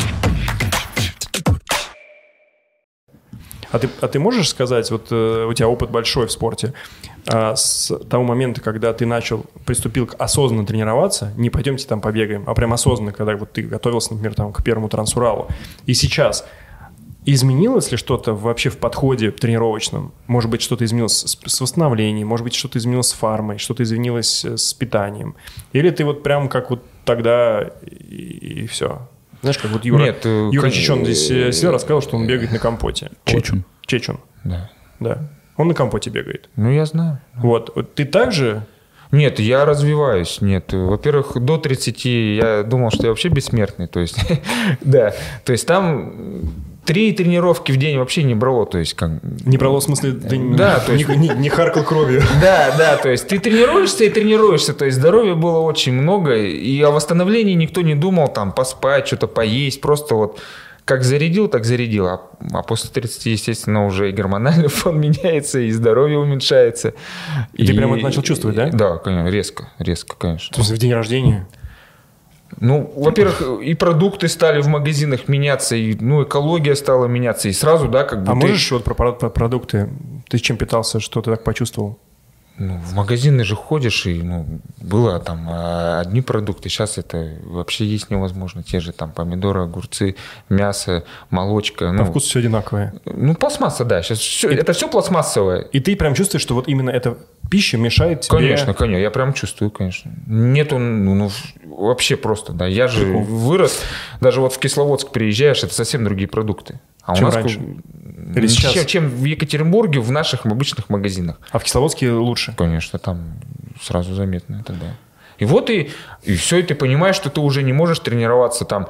А ты можешь сказать, вот у тебя опыт большой в спорте, с того момента, когда ты приступил осознанно тренироваться, не пойдемте там побегаем, а прям осознанно, когда вот ты готовился, например, там, к первому Трансуралу, и сейчас изменилось ли что-то вообще в подходе тренировочном? Может быть, что-то изменилось с восстановлением, может быть, что-то изменилось с фармой, что-то изменилось с питанием? Или ты вот прям как вот тогда и все? Знаешь, как вот Юра Чечун здесь сидел, рассказал, что он бегает на компоте. Чечун. Чечун. Да. Он на компоте бегает. Ну, я знаю. Вот. Ты так же? Нет, я развиваюсь. Нет. Во-первых, до 30 я думал, что я вообще бессмертный. То есть, да. То есть там 3 тренировки в день вообще не брало. То есть, как... Не брало, в смысле, ты не харкал кровью. Да. То есть ты тренируешься и тренируешься. То есть здоровья было очень много. И о восстановлении никто не думал. Там поспать, что-то поесть. Просто вот как зарядил, так зарядил. А после 30, естественно, уже и гормональный фон меняется, и здоровье уменьшается. И ты прямо это начал чувствовать, да? Да, конечно, резко, конечно. То есть в день рождения? Ну, во-первых, и продукты стали в магазинах меняться, и экология стала меняться, и сразу, да, как бы... А можешь вот про продукты? Ты чем питался, что ты так почувствовал? Ну, в магазины же ходишь, и было там одни продукты, сейчас это вообще есть невозможно. Те же там помидоры, огурцы, мясо, молочка. По вкусу все одинаковое. Ну, пластмасса, да. Сейчас это все пластмассовое. И ты прям чувствуешь, что вот именно эта пища мешает тебе? Конечно, я прям чувствую, конечно. Нету, вообще просто, да. Я же вырос, даже вот в Кисловодск приезжаешь, это совсем другие продукты. А чем у нас раньше? Или сейчас? Чем в Екатеринбурге, в наших обычных магазинах. А в Кисловодске лучше? Конечно, там сразу заметно это, да. И вот и все, и ты понимаешь, что ты уже не можешь тренироваться там,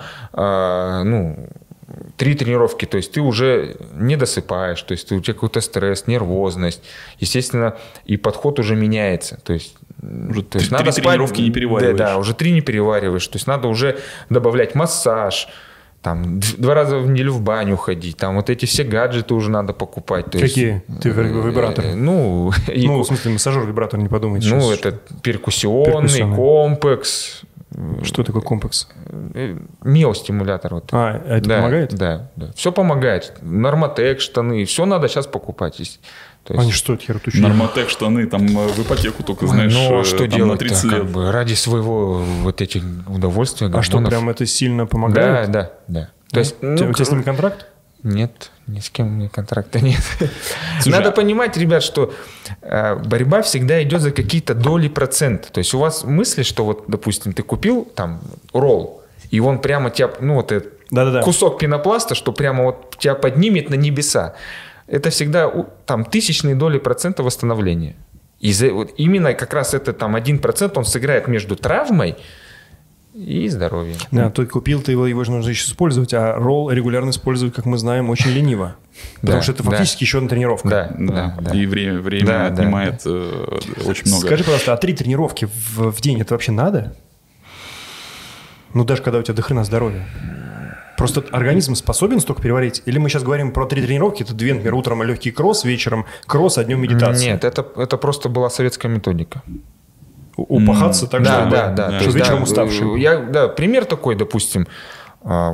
3 тренировки, то есть ты уже не досыпаешь, то есть у тебя какой-то стресс, нервозность, естественно, и подход уже меняется, то есть уже надо 3 тренировки не перевариваешь. Да, уже 3 не перевариваешь, то есть надо уже добавлять массаж, там 2 раза в неделю в баню ходить, там вот эти все гаджеты уже надо покупать. Какие? Ты вибратор? В смысле, массажер-вибратор, не подумайте. Это перкуссионный, комплекс. Что такое комплекс? Миостимулятор. Вот. Это помогает? Да. Все помогает. Нормотек, штаны, все надо сейчас покупать. То есть... Они что, это хероту? Нормотек, штаны, там в ипотеку только, знаешь, что там делать, на 30 лет. Как бы, ради своего вот этих удовольствия, гормонов. А что, прям это сильно помогает? Да. То есть, у тебя с ними контракт? Нет, ни с кем у меня контракта нет. Слушай, надо понимать, ребят, что борьба всегда идет за какие-то доли процента. То есть у вас мысли, что вот, допустим, ты купил там ролл, и он прямо тебя, кусок пенопласта, что прямо вот тебя поднимет на небеса. Это всегда там тысячные доли процента восстановления. И именно как раз это там 1% он сыграет между травмой и здоровьем. Да, ты купил, ты его же нужно еще использовать, а ролл регулярно использовать, как мы знаем, очень лениво. Потому что это фактически еще одна тренировка. Да. И время отнимает очень много. Скажи, пожалуйста, а 3 тренировки в день это вообще надо? Даже когда у тебя до хрена здоровья. Просто организм способен столько переварить? Или мы сейчас говорим про 3 тренировки, это 2, например, утром легкий кросс, вечером кросс, а днем медитация? Нет, это просто была советская методика. Упахаться так, чтобы вечером уставший. Пример такой, допустим,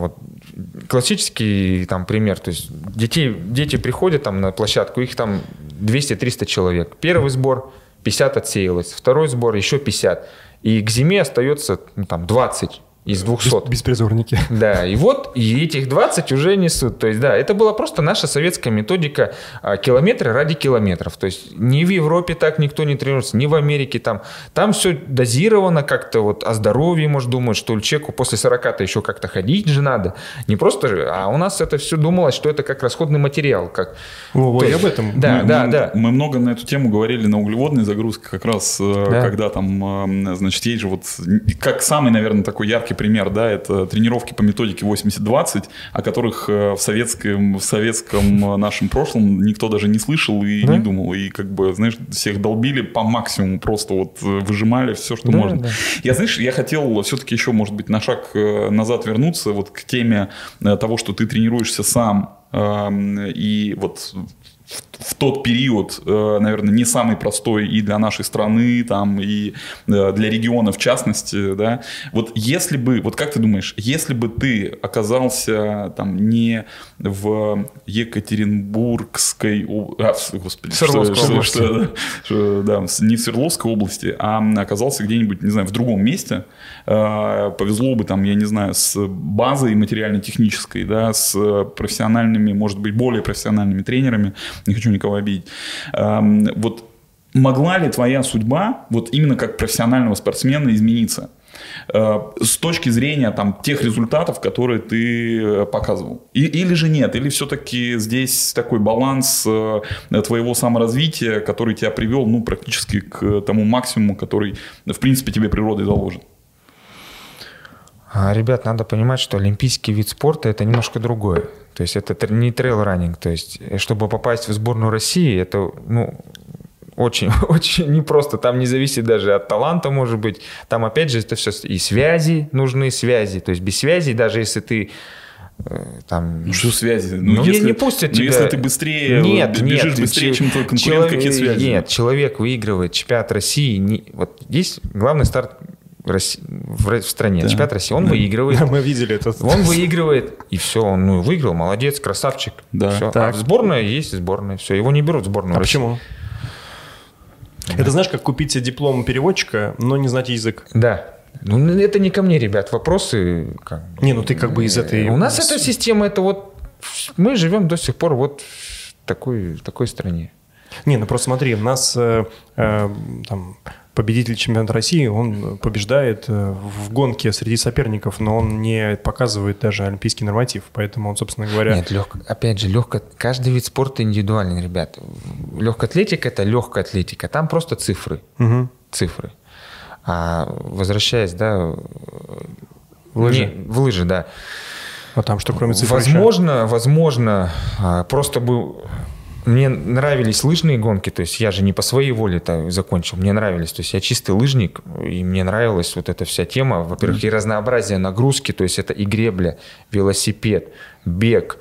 классический там пример, то есть дети приходят там на площадку, их там 200-300 человек. Первый сбор 50 отсеялось, второй сбор еще 50. И к зиме остается там 20 из 200. Беспризорники. Да, и вот и этих 20 уже несут. То есть, да, это была просто наша советская методика километры ради километров. То есть, ни в Европе так никто не тренируется, ни в Америке там. Там все дозировано как-то вот о здоровье, может, думать, что человеку после 40-то еще как-то ходить же надо. Не просто же, а у нас это все думалось, что это как расходный материал. Как... Ой, об этом. Да. Мы много на эту тему говорили на углеводной загрузке, как раз, когда там, значит, есть же вот, как самый, наверное, такой яркий пример, да, это тренировки по методике 80-20, о которых в советском нашем прошлом никто даже не слышал и не думал. И как бы, знаешь, всех долбили по максимуму, просто вот выжимали все, что можно. Да. Я хотел все-таки еще, может быть, на шаг назад вернуться вот к теме того, что ты тренируешься сам. И вот в тот период, наверное, не самый простой и для нашей страны, там, и для региона в частности, да, вот если бы, вот как ты думаешь, если бы ты оказался там не в Екатеринбургской, Свердловской области, да, не в Свердловской области, а оказался где-нибудь, не знаю, в другом месте, повезло бы там, я не знаю, с базой материально-технической, да, с профессиональными, может быть, более профессиональными тренерами, не хочу никого обидеть. Вот могла ли твоя судьба, вот именно как профессионального спортсмена, измениться с точки зрения там, тех результатов, которые ты показывал? Или же нет? Или все-таки здесь такой баланс твоего саморазвития, который тебя привел ну, практически к тому максимуму, который, в принципе, тебе природой заложен? Ребят, надо понимать, что олимпийский вид спорта – это немножко другое. То есть это не трейл-раннинг. То есть чтобы попасть в сборную России, это очень, очень непросто. Там не зависит даже от таланта, может быть. Там, опять же, это все и связи, нужны связи. То есть без связей, даже если ты там... Ну, что связи? Не пустят тебя. Если ты быстрее, бежишь быстрее, чем твой конкурент, какие связи? Нет, человек выигрывает чемпионат России. Вот здесь главный старт в стране, да. Чемпионат России, он выигрывает. Да, мы видели это. Он выигрывает, и все, он выиграл, молодец, красавчик. Да. Все. А в сборная есть сборная, все, его не берут в сборную России. Почему? Да. Это знаешь, как купить себе диплом переводчика, но не знать язык. Да. Ну, это не ко мне, ребят, вопросы. Не, ну ты как бы из этой... У нас эта система, это вот... Мы живем до сих пор вот в такой стране. Не, ну просто смотри, у нас там... Победитель чемпионата России, он побеждает в гонке среди соперников, но он не показывает даже олимпийский норматив, поэтому он, собственно говоря... Нет, опять же, каждый вид спорта индивидуальный, ребят. Легкая атлетика – это легкая атлетика, там просто цифры. Угу. Цифры. А возвращаясь, да, в лыжи, да. А там что, кроме цифр? Возможно, просто бы... Мне нравились лыжные гонки, то есть я же не по своей воле это закончил, мне нравились, то есть я чистый лыжник, и мне нравилась вот эта вся тема, во-первых, и разнообразие нагрузки, то есть это и гребля, велосипед, бег,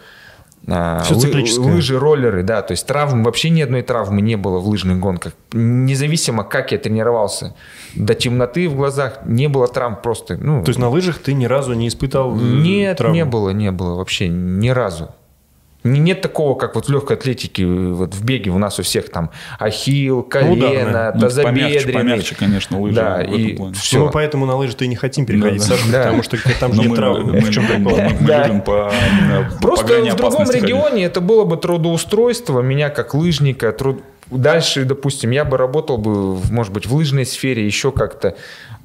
лыжи, роллеры, да, то есть травм, вообще ни одной травмы не было в лыжных гонках, независимо как я тренировался, до темноты в глазах не было травм просто. То есть на лыжах ты ни разу не испытал Нет, травм? не было вообще ни разу. Нет такого, как вот в легкой атлетике, вот в беге у нас у всех там ахилл, колено, тазобедренный. Помягче, конечно, лыжи. Да, и все. Ну, поэтому на лыжи ты не хотим переходить, Саша, потому что там же нет травм. Мы любим по просто в другом регионе это было бы трудоустройство меня как лыжника. Дальше, допустим, я бы работал бы, может быть, в лыжной сфере, еще как-то.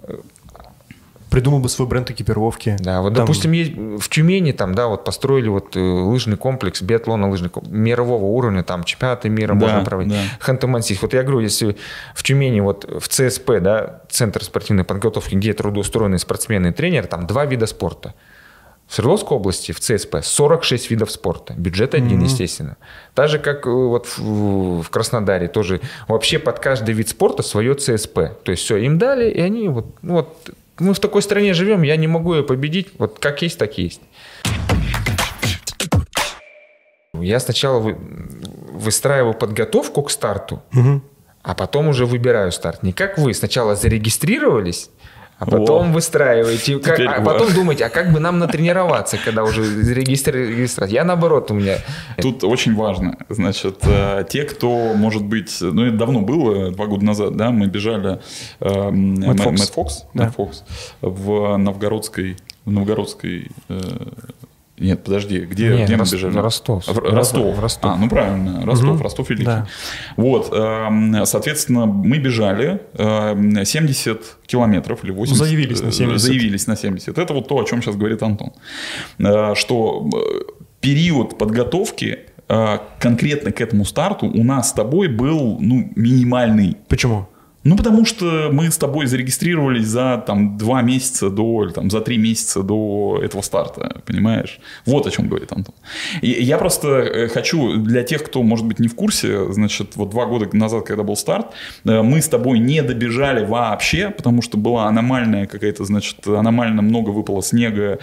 Придумал бы свой бренд экипировки. Да, вот, допустим, есть в Тюмени там, да, вот построили вот лыжный комплекс, биатлонно-лыжный мирового уровня, там чемпионаты мира можно проводить. Ханты-Мансийск. Вот я говорю, если в Тюмени вот в ЦСП, да, Центр спортивной подготовки, где трудоустроенные спортсмены и тренеры, там 2 вида спорта. В Свердловской области в ЦСП 46 видов спорта. Бюджет один, естественно. Так же, как вот в Краснодаре тоже. Вообще под каждый вид спорта свое ЦСП. То есть все, им дали, и они вот мы в такой стране живем, я не могу ее победить. Вот как есть, так есть. Я сначала выстраиваю подготовку к старту, а потом уже выбираю старт. Не как вы. Сначала зарегистрировались, А потом выстраиваете, а потом думаете, а как бы нам натренироваться, когда уже регистрация. Я наоборот, у меня... Тут очень важно, значит, те, кто, может быть, ну это давно было, 2 года назад, да, мы бежали Мэтт Фокс в Новгородской... Нет, подожди, где мы бежали? Ростов. Ростов. Ну правильно, Ростов Великий. Да. Вот, соответственно, мы бежали 70 километров или 80. Заявились на 70. Заявились на 70. Это вот то, о чем сейчас говорит Антон. Что период подготовки конкретно к этому старту у нас с тобой был, ну, минимальный. Почему? Ну, потому что мы с тобой зарегистрировались за там, 2 месяца до, или там, за 3 месяца до этого старта, понимаешь? Вот о чем говорит Антон. И я просто хочу для тех, кто, может быть, не в курсе, значит, вот 2 года назад, когда был старт, мы с тобой не добежали вообще, потому что была аномальная какая-то, значит, аномально много выпало снега,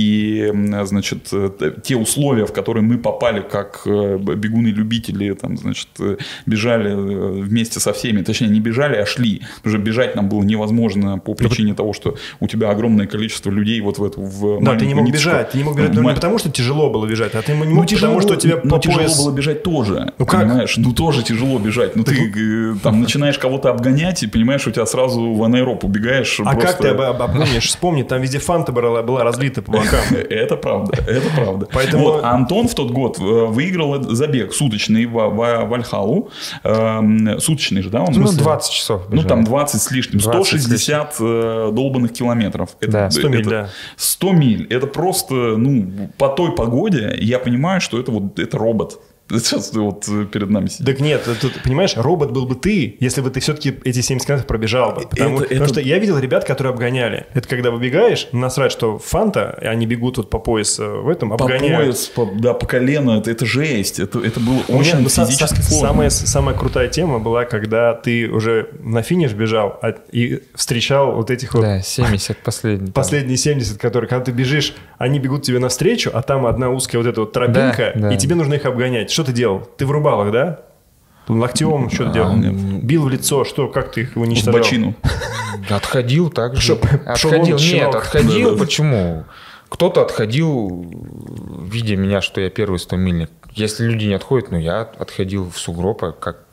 и, значит, те условия, в которые мы попали как бегуны-любители, там, значит, бежали вместе со всеми, точнее, не бежали, а шли. Уже бежать нам было невозможно по причине того, что у тебя огромное количество людей вот в эту... Да, ты не мог бежать. Ты не мог бежать не потому, что тяжело было бежать, а ты не мог, потому что у тебя по тяжело было бежать тоже. Ну как? Понимаешь? Ну тоже тяжело бежать. Ну ты там начинаешь кого-то обгонять, и понимаешь, у тебя сразу в анаэроб убегаешь. А как ты обгонишь? Вспомни, там везде фанта была разлита по бокам. Это правда, это правда. Поэтому Антон в тот год выиграл забег суточный в Вальхалу. Суточный же, да? Ну, 20 часов. Ну, там 20 с лишним, 160 долбанных километров. Это, 100 миль, да. 100 миль. Это просто, ну, по той погоде я понимаю, что это робот. Сейчас вот перед нами сидит. Так нет, тут, понимаешь, робот был бы ты, если бы ты все-таки эти 70 километров пробежал бы. Потому что я видел ребят, которые обгоняли. Это когда выбегаешь, насрать, что фанта, они бегут вот по пояс в этом, обгоняют. По пояс, по колено, это жесть. Это было очень физически сложно. Самая крутая тема была, когда ты уже на финиш бежал и встречал вот этих вот... Да, 70 последних. Последние 70, которые, когда ты бежишь, они бегут тебе навстречу, а там одна узкая вот эта вот тропинка, и тебе нужно их обгонять. Что ты делал? Ты врубал их, да? Локтем что ты делал? Бил в лицо, что? Как ты их уничтожал? В бочину. Отходил так же. Отходил. Нет, отходил. Почему? Кто-то отходил, видя меня, что я первый 100-мильник. Если люди не отходят, ну я отходил в сугроб, как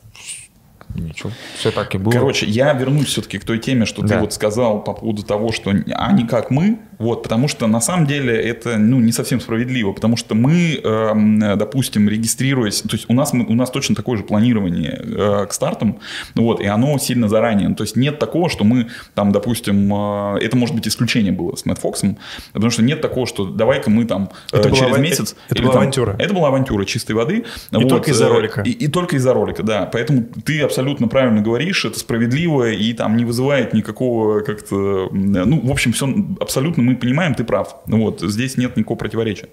ничего, все так и было. Короче, я вернусь все-таки к той теме, что ты вот сказал по поводу того, что они как мы, вот, потому что на самом деле это, ну, не совсем справедливо, потому что мы, допустим, регистрируясь, то есть у нас точно такое же планирование к стартам, вот, и оно сильно заранее, то есть нет такого, что мы там, допустим, это может быть исключение было с Мэтт Фоксом, потому что нет такого, что давай-ка мы там через месяц... Это была авантюра. Это была авантюра чистой воды. И вот, только из-за ролика. И только из-за ролика, да, поэтому ты абсолютно правильно говоришь, это справедливо и там не вызывает никакого как-то... Ну, в общем, все абсолютно мы понимаем, ты прав. Вот, здесь нет никакого противоречия.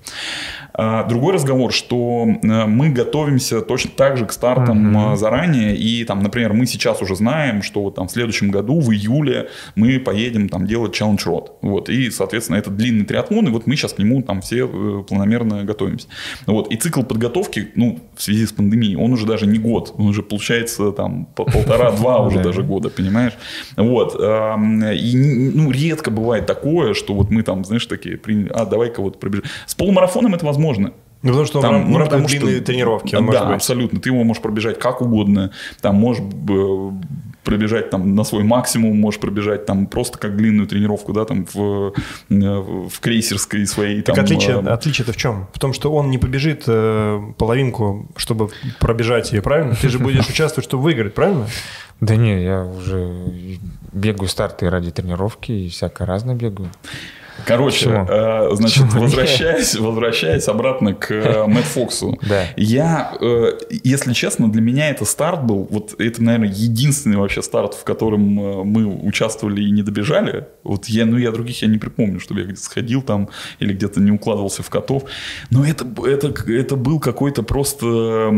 Другой разговор, что мы готовимся точно так же к стартам заранее, и там, например, мы сейчас уже знаем, что вот там в следующем году, в июле, мы поедем там делать Challenge Road. Вот, и, соответственно, это длинный триатлон, и вот мы сейчас к нему там все планомерно готовимся. Вот, и цикл подготовки, ну, в связи с пандемией, он уже даже не год, он уже получается там полтора-два уже даже года, понимаешь? Вот. И, ну, редко бывает такое, что вот мы там, знаешь, такие, давай-ка вот пробежим. С полумарафоном это возможно. Ну, потому что там, в рамках длинной тренировки. Да, абсолютно. Ты его можешь пробежать как угодно. Там можешь пробежать там на свой максимум, можешь пробежать там просто как длинную тренировку, да, там в крейсерской своей. Так там, отличие-то в чем? В том, что он не побежит половинку, чтобы пробежать ее, правильно? Ты же будешь участвовать, чтобы выиграть, правильно? Да не, я уже бегаю старты ради тренировки и всякое разное бегаю. Короче, значит, возвращаясь обратно к Мэтт Фоксу. Да. Я, если честно, для меня это старт был, вот это, наверное, единственный вообще старт, в котором мы участвовали и не добежали. Вот я других я не припомню, чтобы я где-то сходил там или где-то не укладывался в котов. Но это был какой-то просто,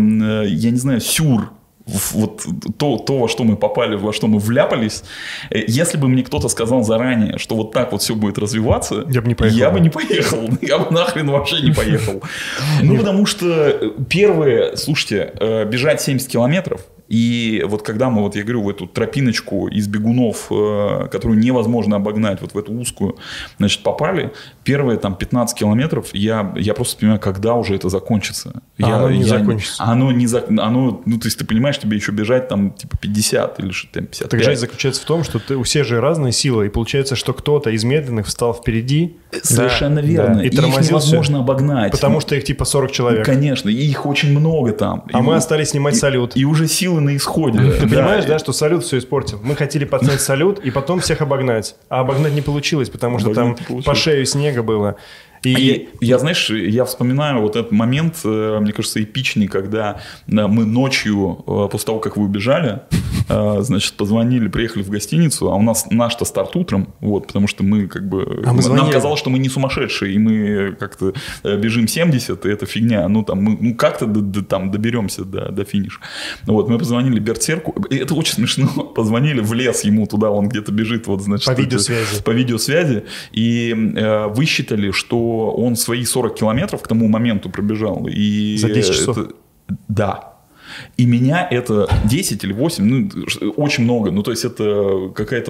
я не знаю, сюр. Вот то, во что мы попали, во что мы вляпались. Если бы мне кто-то сказал заранее, что вот так вот все будет развиваться, я бы не поехал. Я бы нахрен вообще не поехал. Ну, потому что слушайте, бежать 70 километров, И вот когда мы, вот я говорю, в эту тропиночку из бегунов, которую невозможно обогнать, вот в эту узкую, значит, попали, первые там 15 километров, я просто понимаю, когда уже это закончится. Оно не закончится. Ну, то есть ты понимаешь, тебе еще бежать там типа 50 или что-то 55. Так жесть заключается в том, что у всех же разные силы, и получается, что кто-то из медленных встал впереди. Совершенно верно. И их тормозил невозможно обогнать. Потому что их типа 40 человек. Конечно, и их очень много там. А мы остались снимать салют. И уже силы на исходе. Ты понимаешь, да, что салют все испортил? Мы хотели подснять салют и потом всех обогнать. А обогнать не получилось, потому что там по шею снега было. И я, знаешь, я вспоминаю вот этот момент, мне кажется, эпичный, когда мы ночью, после того, как вы убежали, значит, позвонили, приехали в гостиницу, а у нас наш-то старт утром, вот, потому что мы как бы... Нам казалось, что мы не сумасшедшие, и мы как-то бежим 70, и это фигня, ну, там, мы как-то там доберемся до финиша. Вот, мы позвонили Берсерку, и это очень смешно, позвонили в лес ему туда, он где-то бежит, вот, значит... По видеосвязи, и высчитали, что он свои 40 километров к тому моменту пробежал. И за 10 часов? Да. И меня это 10 или 8, ну, очень много. Ну, то есть, это какая-то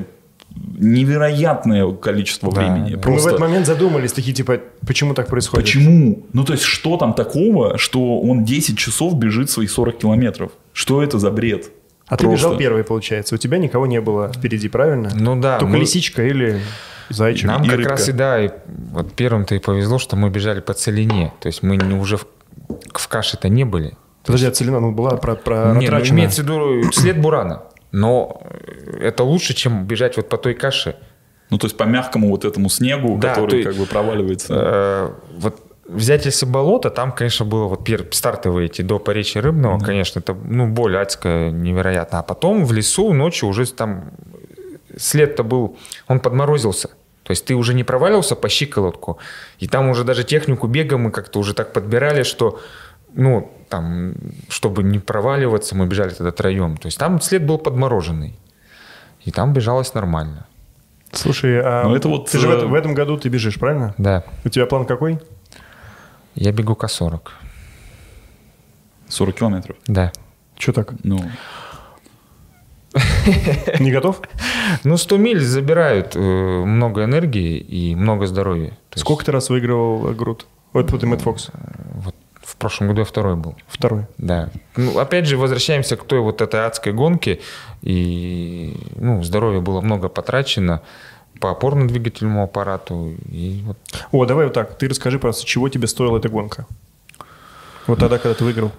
невероятное количество времени. Да. Просто... Мы в этот момент задумались, такие, типа, почему так происходит? Почему? Ну, то есть, что там такого, что он 10 часов бежит свои 40 километров? Что это за бред? А ты бежал первый, получается. У тебя никого не было впереди, правильно? Ну, да. Только лисичка или... Зайчик. Нам как раз и вот первым-то и повезло, что мы бежали по целине. То есть мы уже в каше-то не были. Подожди, а целина была протрачена? Нет, ну, имеется в виду след бурана. Но это лучше, чем бежать вот по той каше. Ну, то есть по мягкому вот этому снегу, да, который как бы проваливается. Вот взять если болото, там, конечно, было вот стартовые эти до Поречья Рыбного, конечно, это боль адская, невероятно. А потом в лесу ночью уже там... След-то был, он подморозился. То есть ты уже не проваливался по щиколотку. И там уже даже технику бега мы как-то уже так подбирали, что, ну, там, чтобы не проваливаться, мы бежали тогда троем. То есть там след был подмороженный. И там бежалось нормально. Слушай, а это вот ты же в этом году ты бежишь, правильно? Да. У тебя план какой? Я бегу К40. 40 километров? Да. Че так? Ну... Не готов? Ну, 100 миль забирают много энергии и много здоровья. Сколько ты раз выигрывал груд? Вот Мэтт Фокс. Вот в прошлом году я второй был. Второй? Да. Ну, опять же, возвращаемся к той вот этой адской гонке. И, здоровья было много потрачено по опорно-двигательному аппарату. И вот. О, давай вот так. Ты расскажи, просто, чего тебе стоила эта гонка? Вот тогда, когда ты выиграл.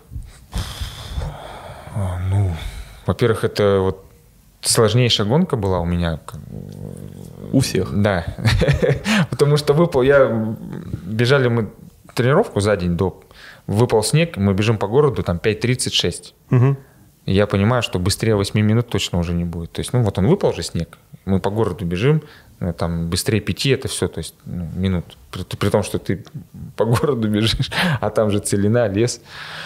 Во-первых, это вот сложнейшая гонка была у меня. У всех? Да. Потому что бежали мы тренировку за день до, выпал снег, мы бежим по городу, там 5:36. Угу. И я понимаю, что быстрее 8 минут точно уже не будет. То есть, вот он выпал же снег, мы по городу бежим, там быстрее 5 это все, то есть минут. При том, что ты по городу бежишь, а там же целина, лес.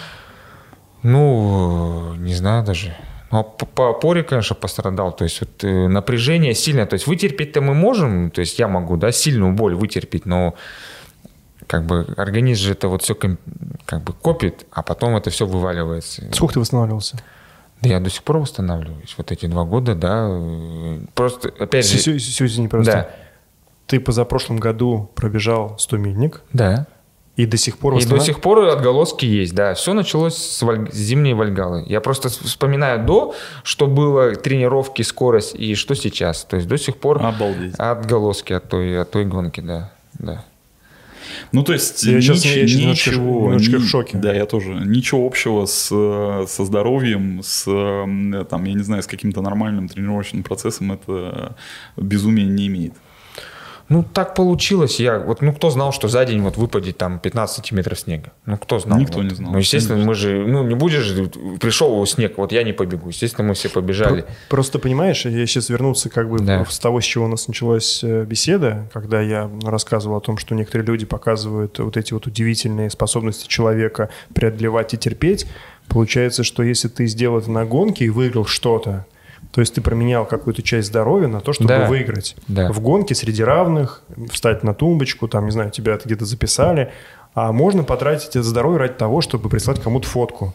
Не знаю даже. Но по опоре, конечно, пострадал. То есть вот напряжение сильное. То есть вытерпеть-то мы можем, то есть я могу, да, сильную боль вытерпеть, но как бы организм же это вот все как бы копит, а потом это все вываливается. Сколько ты восстанавливался? Да я до сих пор восстанавливаюсь. Вот эти 2 года, да. Просто, опять же... Извини, просто. Да. Ты позапрошлом году пробежал 100-мильник. Да. И до сих пор... И до сих пор отголоски есть, да. Все началось с зимней Вальгаллы. Я просто вспоминаю что было, тренировки, скорость и что сейчас. То есть до сих пор отголоски от той гонки, да. Ну, то есть я немножко в шоке. Да, я тоже. Ничего общего со здоровьем, там, я не знаю, с каким-то нормальным тренировочным процессом это безумие не имеет. Так получилось. Кто знал, что за день выпадет там 15 сантиметров снега? Кто знал? Никто не знал. Естественно, мы же, не будешь же, пришел снег, я не побегу. Естественно, мы все побежали. Просто понимаешь, я сейчас вернулся с того, с чего у нас началась беседа, когда я рассказывал о том, что некоторые люди показывают вот эти вот удивительные способности человека преодолевать и терпеть. Получается, что если ты сделал это на гонке и выиграл что-то, то есть ты променял какую-то часть здоровья на то, чтобы выиграть. Да. В гонке среди равных, встать на тумбочку, там, не знаю, тебя где-то записали. А можно потратить это здоровье ради того, чтобы прислать кому-то фотку.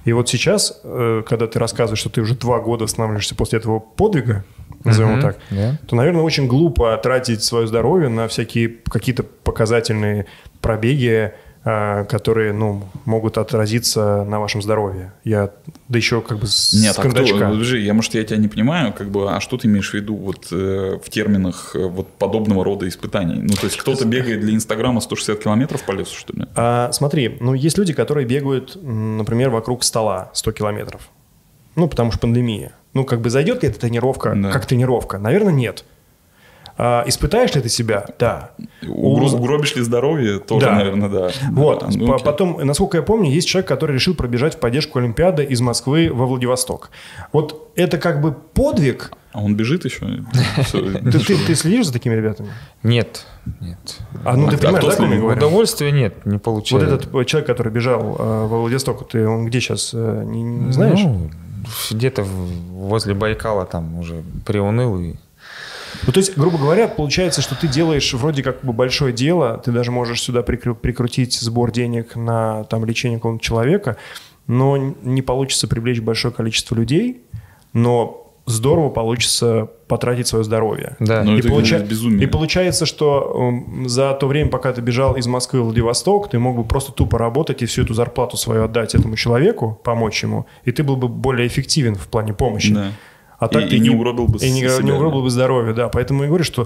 И вот сейчас, когда ты рассказываешь, что ты уже 2 года останавливаешься после этого подвига, назовем его так, то, наверное, очень глупо тратить свое здоровье на всякие какие-то показательные пробеги, которые, могут отразиться на вашем здоровье. Да еще как бы с кондачка. Подожди, может, я тебя не понимаю, а что ты имеешь в виду в терминах подобного рода испытаний? То есть кто-то бегает для Инстаграма 160 километров по лесу, что ли? Смотри, есть люди, которые бегают, например, вокруг стола 100 километров. Потому что пандемия. Зайдет ли эта тренировка как тренировка? Наверное, нет. Испытаешь ли ты себя? Да. Угробишь ли здоровье? Тоже, да. Наверное, да. Вот. Потом, насколько я помню, есть человек, который решил пробежать в поддержку Олимпиады из Москвы во Владивосток. Вот это как бы подвиг. А он бежит еще? Ты следишь за такими ребятами? Нет. Ты понимаешь, да, как я говорю? Удовольствия нет, не получается. Вот этот человек, который бежал во Владивосток, он где сейчас, не знаешь? Где-то возле Байкала там уже приуныл и... То есть, грубо говоря, получается, что ты делаешь вроде как бы большое дело, ты даже можешь сюда прикрутить сбор денег на лечение какого-то человека, но не получится привлечь большое количество людей, но здорово получится потратить свое здоровье. Да. И получается, что за то время, пока ты бежал из Москвы в Владивосток, ты мог бы просто тупо работать и всю эту зарплату свою отдать этому человеку, помочь ему, и ты был бы более эффективен в плане помощи. Да. А так ты не угробил бы себя. Не угробил бы здоровье, да. Поэтому я говорю, что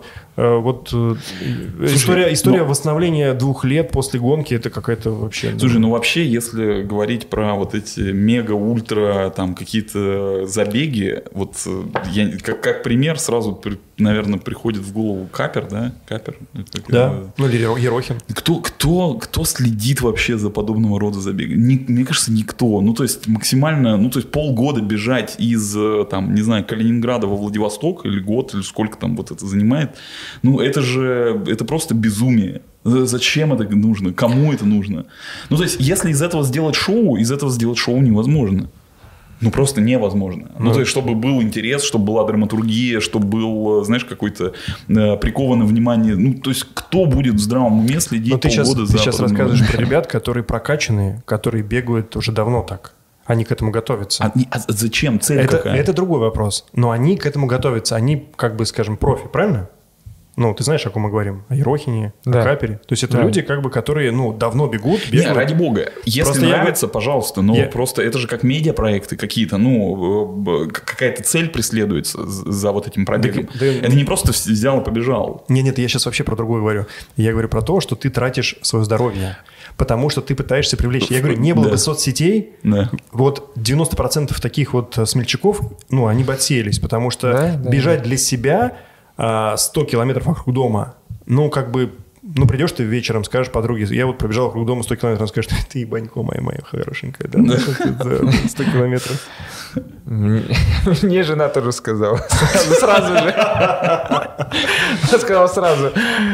история восстановления 2 лет после гонки, это какая-то вообще... Слушай, вообще, если говорить про эти мега-ультра, какие-то забеги, я, как пример сразу, наверное, приходит в голову Капер, да? Капер. Да, или Ерохин. Кто следит вообще за подобного рода забегами? Мне кажется, никто. То есть максимально, полгода бежать из, не знаю, Калининграда во Владивосток, или год, или сколько там это занимает, это просто безумие. Зачем это нужно? Кому это нужно? То есть, если из этого сделать шоу невозможно. Просто невозможно. То есть, чтобы был интерес, чтобы была драматургия, чтобы был, знаешь, какой-то прикованное внимание. То есть, кто будет в здравом уме следить полгода за... Ты сейчас рассказываешь про ребят, которые прокачанные, которые бегают уже давно так. Они к этому готовятся. А зачем? Цель какая? Это другой вопрос. Но они к этому готовятся. Они, скажем, профи, правильно? Ты знаешь, о ком мы говорим? О Ерохине, о Капере. То есть это люди, которые, давно бегают. Не, ради бога. Если просто нравится, пожалуйста. Просто это же как медиапроекты какие-то. Какая-то цель преследуется за этим пробегом. Это не просто взял и побежал. Нет, я сейчас вообще про другое говорю. Я говорю про то, что ты тратишь свое здоровье. Потому что ты пытаешься привлечь. Я говорю, не было бы соцсетей, 90% таких смельчаков, они бы отсеялись. Потому что бежать для себя 100 километров вокруг дома, придешь ты вечером, скажешь подруге, я пробежал вокруг дома 100 километров, он скажет, ты ебанько моя хорошенькая, да, 100 километров. Мне жена тоже сказала. Сразу же. Она сказала сразу.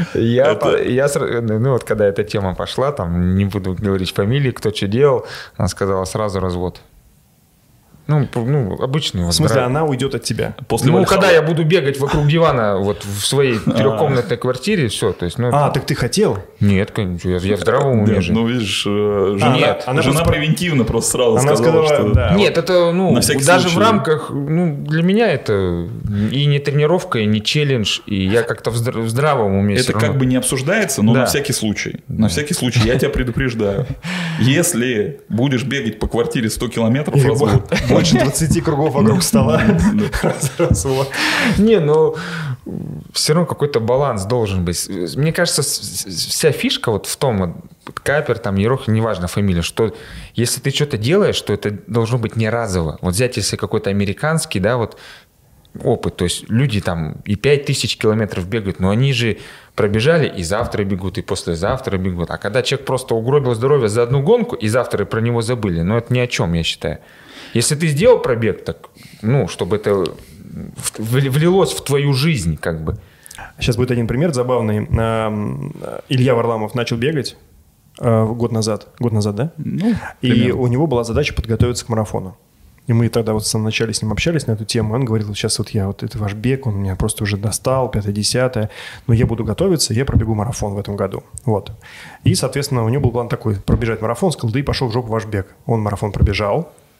Когда эта тема пошла, не буду говорить фамилии, кто что делал, она сказала сразу развод. Обычный. В смысле, она уйдет от тебя? Когда я буду бегать вокруг дивана в своей 3-комнатной квартире, все. То есть, так ты хотел? Нет, конечно, я в здравом уме же. Видишь, жена превентивно просто сразу сказала, что... Нет, это, даже в рамках, для меня это и не тренировка, и не челлендж, и я как-то в здравом уме. Это как бы не обсуждается, но на всякий случай. На всякий случай, я тебя предупреждаю. Если будешь бегать по квартире 100 километров, развод. Больше 20 кругов вокруг стола. Все равно какой-то баланс должен быть. Мне кажется, вся фишка в том, Капер, Ерохин, неважно фамилия, что если ты что-то делаешь, то это должно быть не разово. Взять, если какой-то американский, опыт, то есть люди и 5000 километров бегают, но они же пробежали и завтра бегут, и послезавтра бегут. А когда человек просто угробил здоровье за одну гонку, и завтра про него забыли, это ни о чем, я считаю. Если ты сделал пробег, так, чтобы это влилось в твою жизнь, как бы. Сейчас будет один пример забавный. Илья Варламов начал бегать год назад, да? И у него была задача подготовиться к марафону. И мы тогда в самом начале с ним общались на эту тему. Он говорил, сейчас это ваш бег, он меня просто уже достал, 5-10, но я буду готовиться, я пробегу марафон в этом году. И, соответственно, у него был план такой, пробежать марафон, сказал, да и пошел в жопу ваш бег. Он марафон пробежал,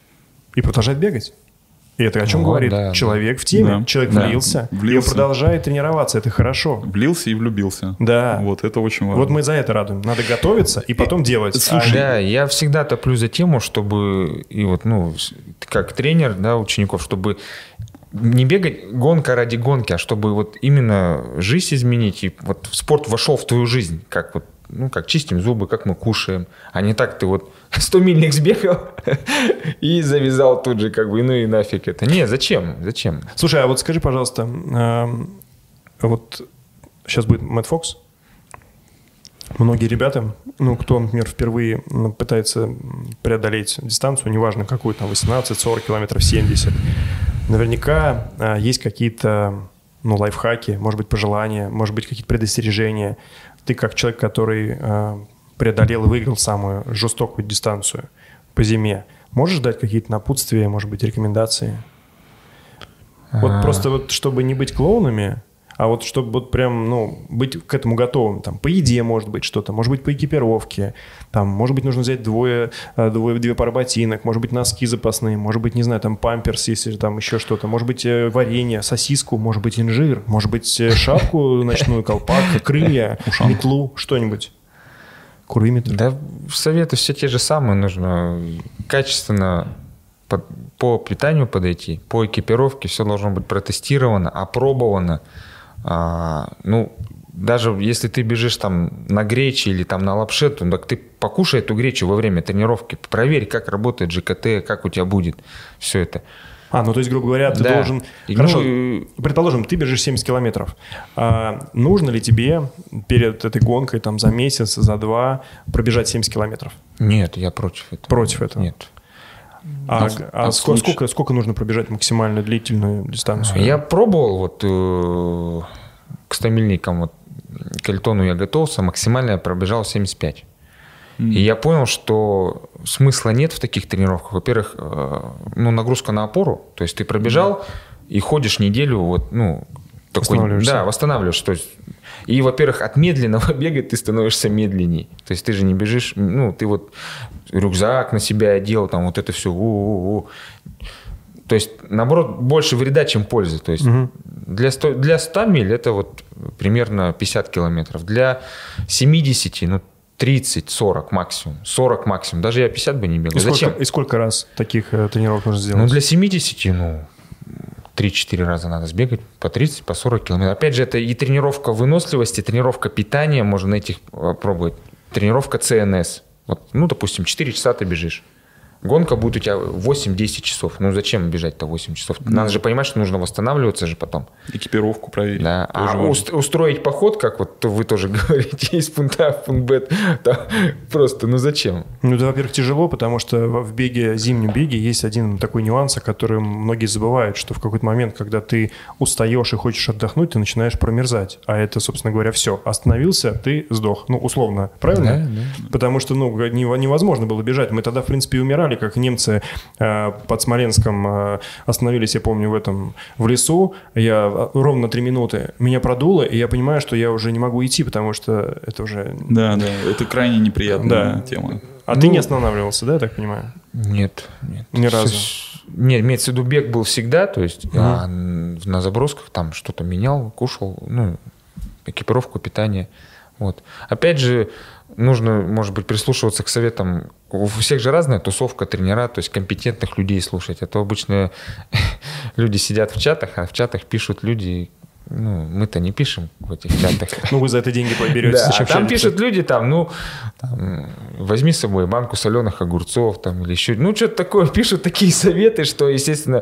и продолжает бегать. И это о чем Вот, говорит? да, Человек в теме, Да. человек Да. влился, и Влился. продолжает тренироваться, это хорошо. Влился и влюбился. Да. Вот это очень важно. Вот мы за это радуем. Надо готовиться и потом делать. Слушай, Да, я всегда топлю за тему, чтобы, и вот, ну, как тренер, да, учеников, чтобы не бегать гонка ради гонки, а чтобы вот именно жизнь изменить, и вот спорт вошел в твою жизнь, как вот, ну, как чистим зубы, как мы кушаем, а не так ты вот 100 мильник сбегал и завязал тут же, как бы, ну и нафиг это. Не, зачем? Слушай, а вот скажи, пожалуйста, вот сейчас будет Мэтт Фокс. Многие ребята, ну, кто, например, впервые пытается преодолеть дистанцию, неважно какую, там, 18, 40 километров, 70, наверняка есть какие-то, ну, лайфхаки, может быть, пожелания, может быть, какие-то предостережения. Ты как человек, который преодолел и выиграл самую жестокую дистанцию по зиме, можешь дать какие-то напутствия, может быть, рекомендации? Вот просто вот, чтобы не быть клоунами, а вот чтобы вот прям, ну, быть к этому готовым. Там, по еде может быть что-то, может быть, по экипировке. Там, может быть, нужно взять две пары ботинок, может быть, носки запасные, может быть, не знаю, там, памперс, если там еще что-то. Может быть, варенье, сосиску, может быть, инжир, может быть, шапку ночную, колпак, крылья, метлу, что-нибудь. Курвиметр. Да, советы все те же самые. Нужно качественно по питанию подойти, по экипировке. Все должно быть протестировано, опробовано. Ну, даже если ты бежишь там на грече или там на лапше, то так ты покушай эту гречу во время тренировки. Проверь, как работает ЖКТ, как у тебя будет все это. Ну то есть, грубо говоря, ты должен... И, Хорошо, предположим, ты бежишь 70 километров. Нужно ли тебе перед этой гонкой там, за месяц, за два пробежать 70 километров? Нет, я против этого. Против этого? Нет. Сколько нужно пробежать максимально длительную дистанцию? Я пробовал вот к 100-мильникам, вот, к Эльтону я готовился, максимально я пробежал 75. И я понял, что смысла нет в таких тренировках. Во-первых, ну, нагрузка на опору, то есть ты пробежал и ходишь неделю, вот, ну, такой, да, восстанавливаешь. То есть, и, во-первых, от медленного бега ты становишься медленней. То есть ты же не бежишь, ну, ты вот рюкзак на себя одел, там вот это все. То есть, наоборот, больше вреда, чем пользы. То есть для 100 миль это вот примерно 50 километров. Для 70, ну, 30-40 максимум. 40 максимум. Даже я 50 бы не бегал. Зачем? И сколько раз таких тренировок нужно сделать? Ну, для 70, ну, 3-4 раза надо сбегать, по 30, по 40 километров. Опять же, это и тренировка выносливости, тренировка питания, можно найти, пробовать. Тренировка ЦНС. Вот, ну, допустим, 4 часа ты бежишь. Гонка будет у тебя 8-10 часов. Ну, зачем бежать-то 8 часов? Надо же понимать, что нужно восстанавливаться же потом. Экипировку проверить. Да. А устроить поход, как вот вы тоже говорите, из пункта А в пункт Б, просто, ну зачем? Ну, это, во-первых, тяжело, потому что в беге, зимнем беге есть один такой нюанс, о котором многие забывают, что в какой-то момент, когда ты устаешь и хочешь отдохнуть, ты начинаешь промерзать. А это, собственно говоря, все. Остановился, ты сдох. Ну, условно. Правильно? Да. Потому что, ну, невозможно было бежать. Мы тогда, в принципе, и умирали, как немцы под Смоленском остановились, я помню, в лесу. Я ровно 3 минуты. Меня продуло, и я понимаю, что я уже не могу идти, потому что это уже... Да, это крайне неприятная тема. А ты не останавливался, да, я так понимаю? Нет. Ни разу? Нет, имеется в виду, бег был всегда, то есть на забросках там что-то менял, кушал, ну, экипировку, питание. Вот. Опять же, нужно, может быть, прислушиваться к советам. У всех же разная тусовка, тренера, то есть компетентных людей слушать. А то обычно люди сидят в чатах, а в чатах пишут люди... Ну, мы-то не пишем в этих чатах. Ну, вы за это деньги поберете. Да, там пишут люди, там, возьми с собой банку соленых огурцов, там, или еще, ну, что-то такое, пишут такие советы, что, естественно,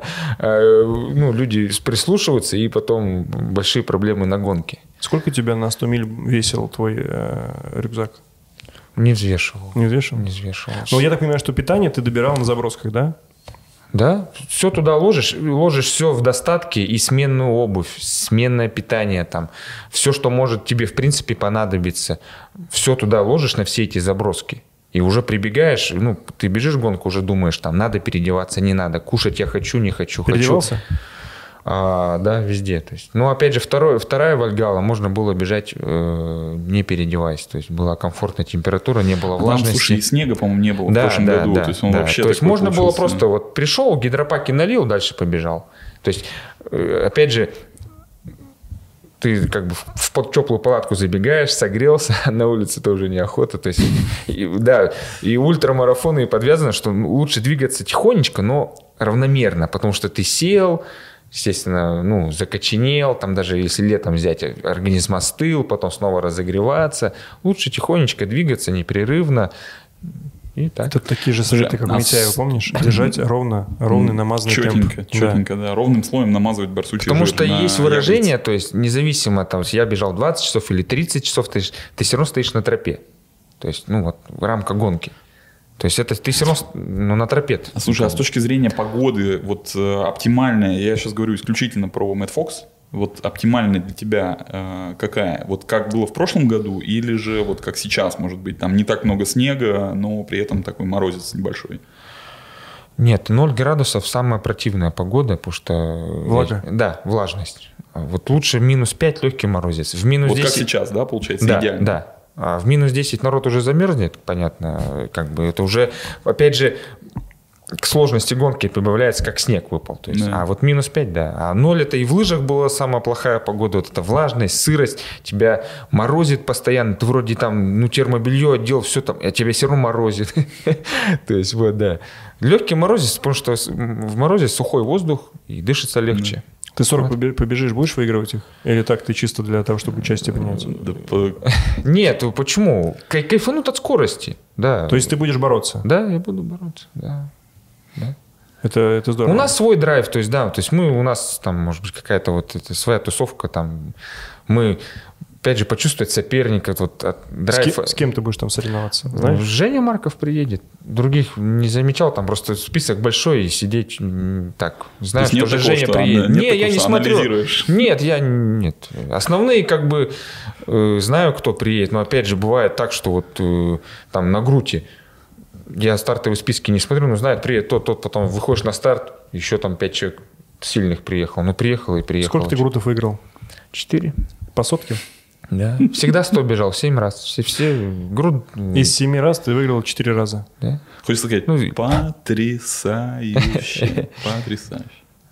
ну, люди прислушиваются, и потом большие проблемы на гонке. Сколько тебя на 100 миль весил твой рюкзак? Не взвешивал. Не взвешивал? Не взвешивал. Ну, я так понимаю, что питание ты добирал на забросках, да? Да, все туда ложишь все в достатке, и сменную обувь, сменное питание, там, все, что может тебе в принципе понадобиться, все туда ложишь на все эти заброски. И уже прибегаешь, ну, ты бежишь гонку, уже думаешь, там, надо переодеваться, не надо, кушать я хочу, не хочу. Переодевался? Да, везде. То есть, ну, опять же, вторая Вальгалла, можно было бежать, не переодеваясь. То есть была комфортная температура, не было влажности. Там, слушай, и снега, по-моему, не было в прошлом году. Да, то есть он вообще то есть такой можно было получился, просто вот пришел, гидропаки налил, дальше побежал. То есть, опять же, ты как бы в теплую палатку забегаешь, согрелся, а на улице тоже неохота. То есть, и ультрамарафоны подвязаны, что лучше двигаться тихонечко, но равномерно, потому что ты сел, естественно, ну, закоченел, там даже если летом взять, организм остыл, потом снова разогреваться. Лучше тихонечко двигаться, непрерывно. И так. Это такие же советы, как у Митяева, помнишь? Держать ровный намазанный темп. Четенько, да. Ровным слоем намазывать барсучий жир. Потому что есть выражение, то есть независимо, там, я бежал 20 часов или 30 часов, ты все равно стоишь на тропе. То есть, ну вот, рамка гонки. То есть это ты все равно на тропе. Слушай, а с точки зрения погоды, вот оптимальная, я сейчас говорю исключительно про Мэтт Фокс, вот оптимальная для тебя какая? Вот как было в прошлом году или же вот как сейчас, может быть, там не так много снега, но при этом такой морозец небольшой? Нет, 0 градусов самая противная погода, потому что... Влага? Да, влажность. Вот лучше минус 5 легкий морозец. В минус вот 10... как сейчас, да, получается, да, идеально? Да. А в минус 10 народ уже замерзнет, понятно, как бы это уже, опять же, к сложности гонки прибавляется, как снег выпал. То есть, да. А вот минус 5, да. А 0 это и в лыжах была самая плохая погода. Вот эта влажность, сырость, тебя морозит постоянно. Ты вроде там, ну, термобелье одел, все там, а тебя все равно морозит. То есть, вот, да. Легкий морозец, потому что в морозе сухой воздух и дышится легче. Ты 40 побежишь, будешь выигрывать их? Или так ты чисто для того, чтобы участие принять? Нет, почему? Кайфанут от скорости. Да. То есть ты будешь бороться? Да, я буду бороться, да. Это здорово. У нас свой драйв, то есть, да, то есть у нас там, может быть, какая-то вот своя тусовка, там, мы, опять же, почувствовать соперника, вот, драйв. С кем ты будешь там соревноваться, знаешь? Женя Марков приедет, других не замечал, там просто список большой, и сидеть так, знаю, что уже Женя приедет. Нет, я не смотрю. Нет. Основные, как бы, знаю, кто приедет, но, опять же, бывает так, что вот там на Груте я стартовые списки не смотрю, но знаю, приедет тот, потом выходишь на старт, еще там 5 человек сильных приехал. Ну, приехал и приехал. Сколько ты грутов выиграл? 4. По сотке? Да. Всегда 100 бежал, 7 раз. Все груд... Из 7 раз ты выиграл 4 раза. Да. Хочется сказать, потрясающе. Потрясающе.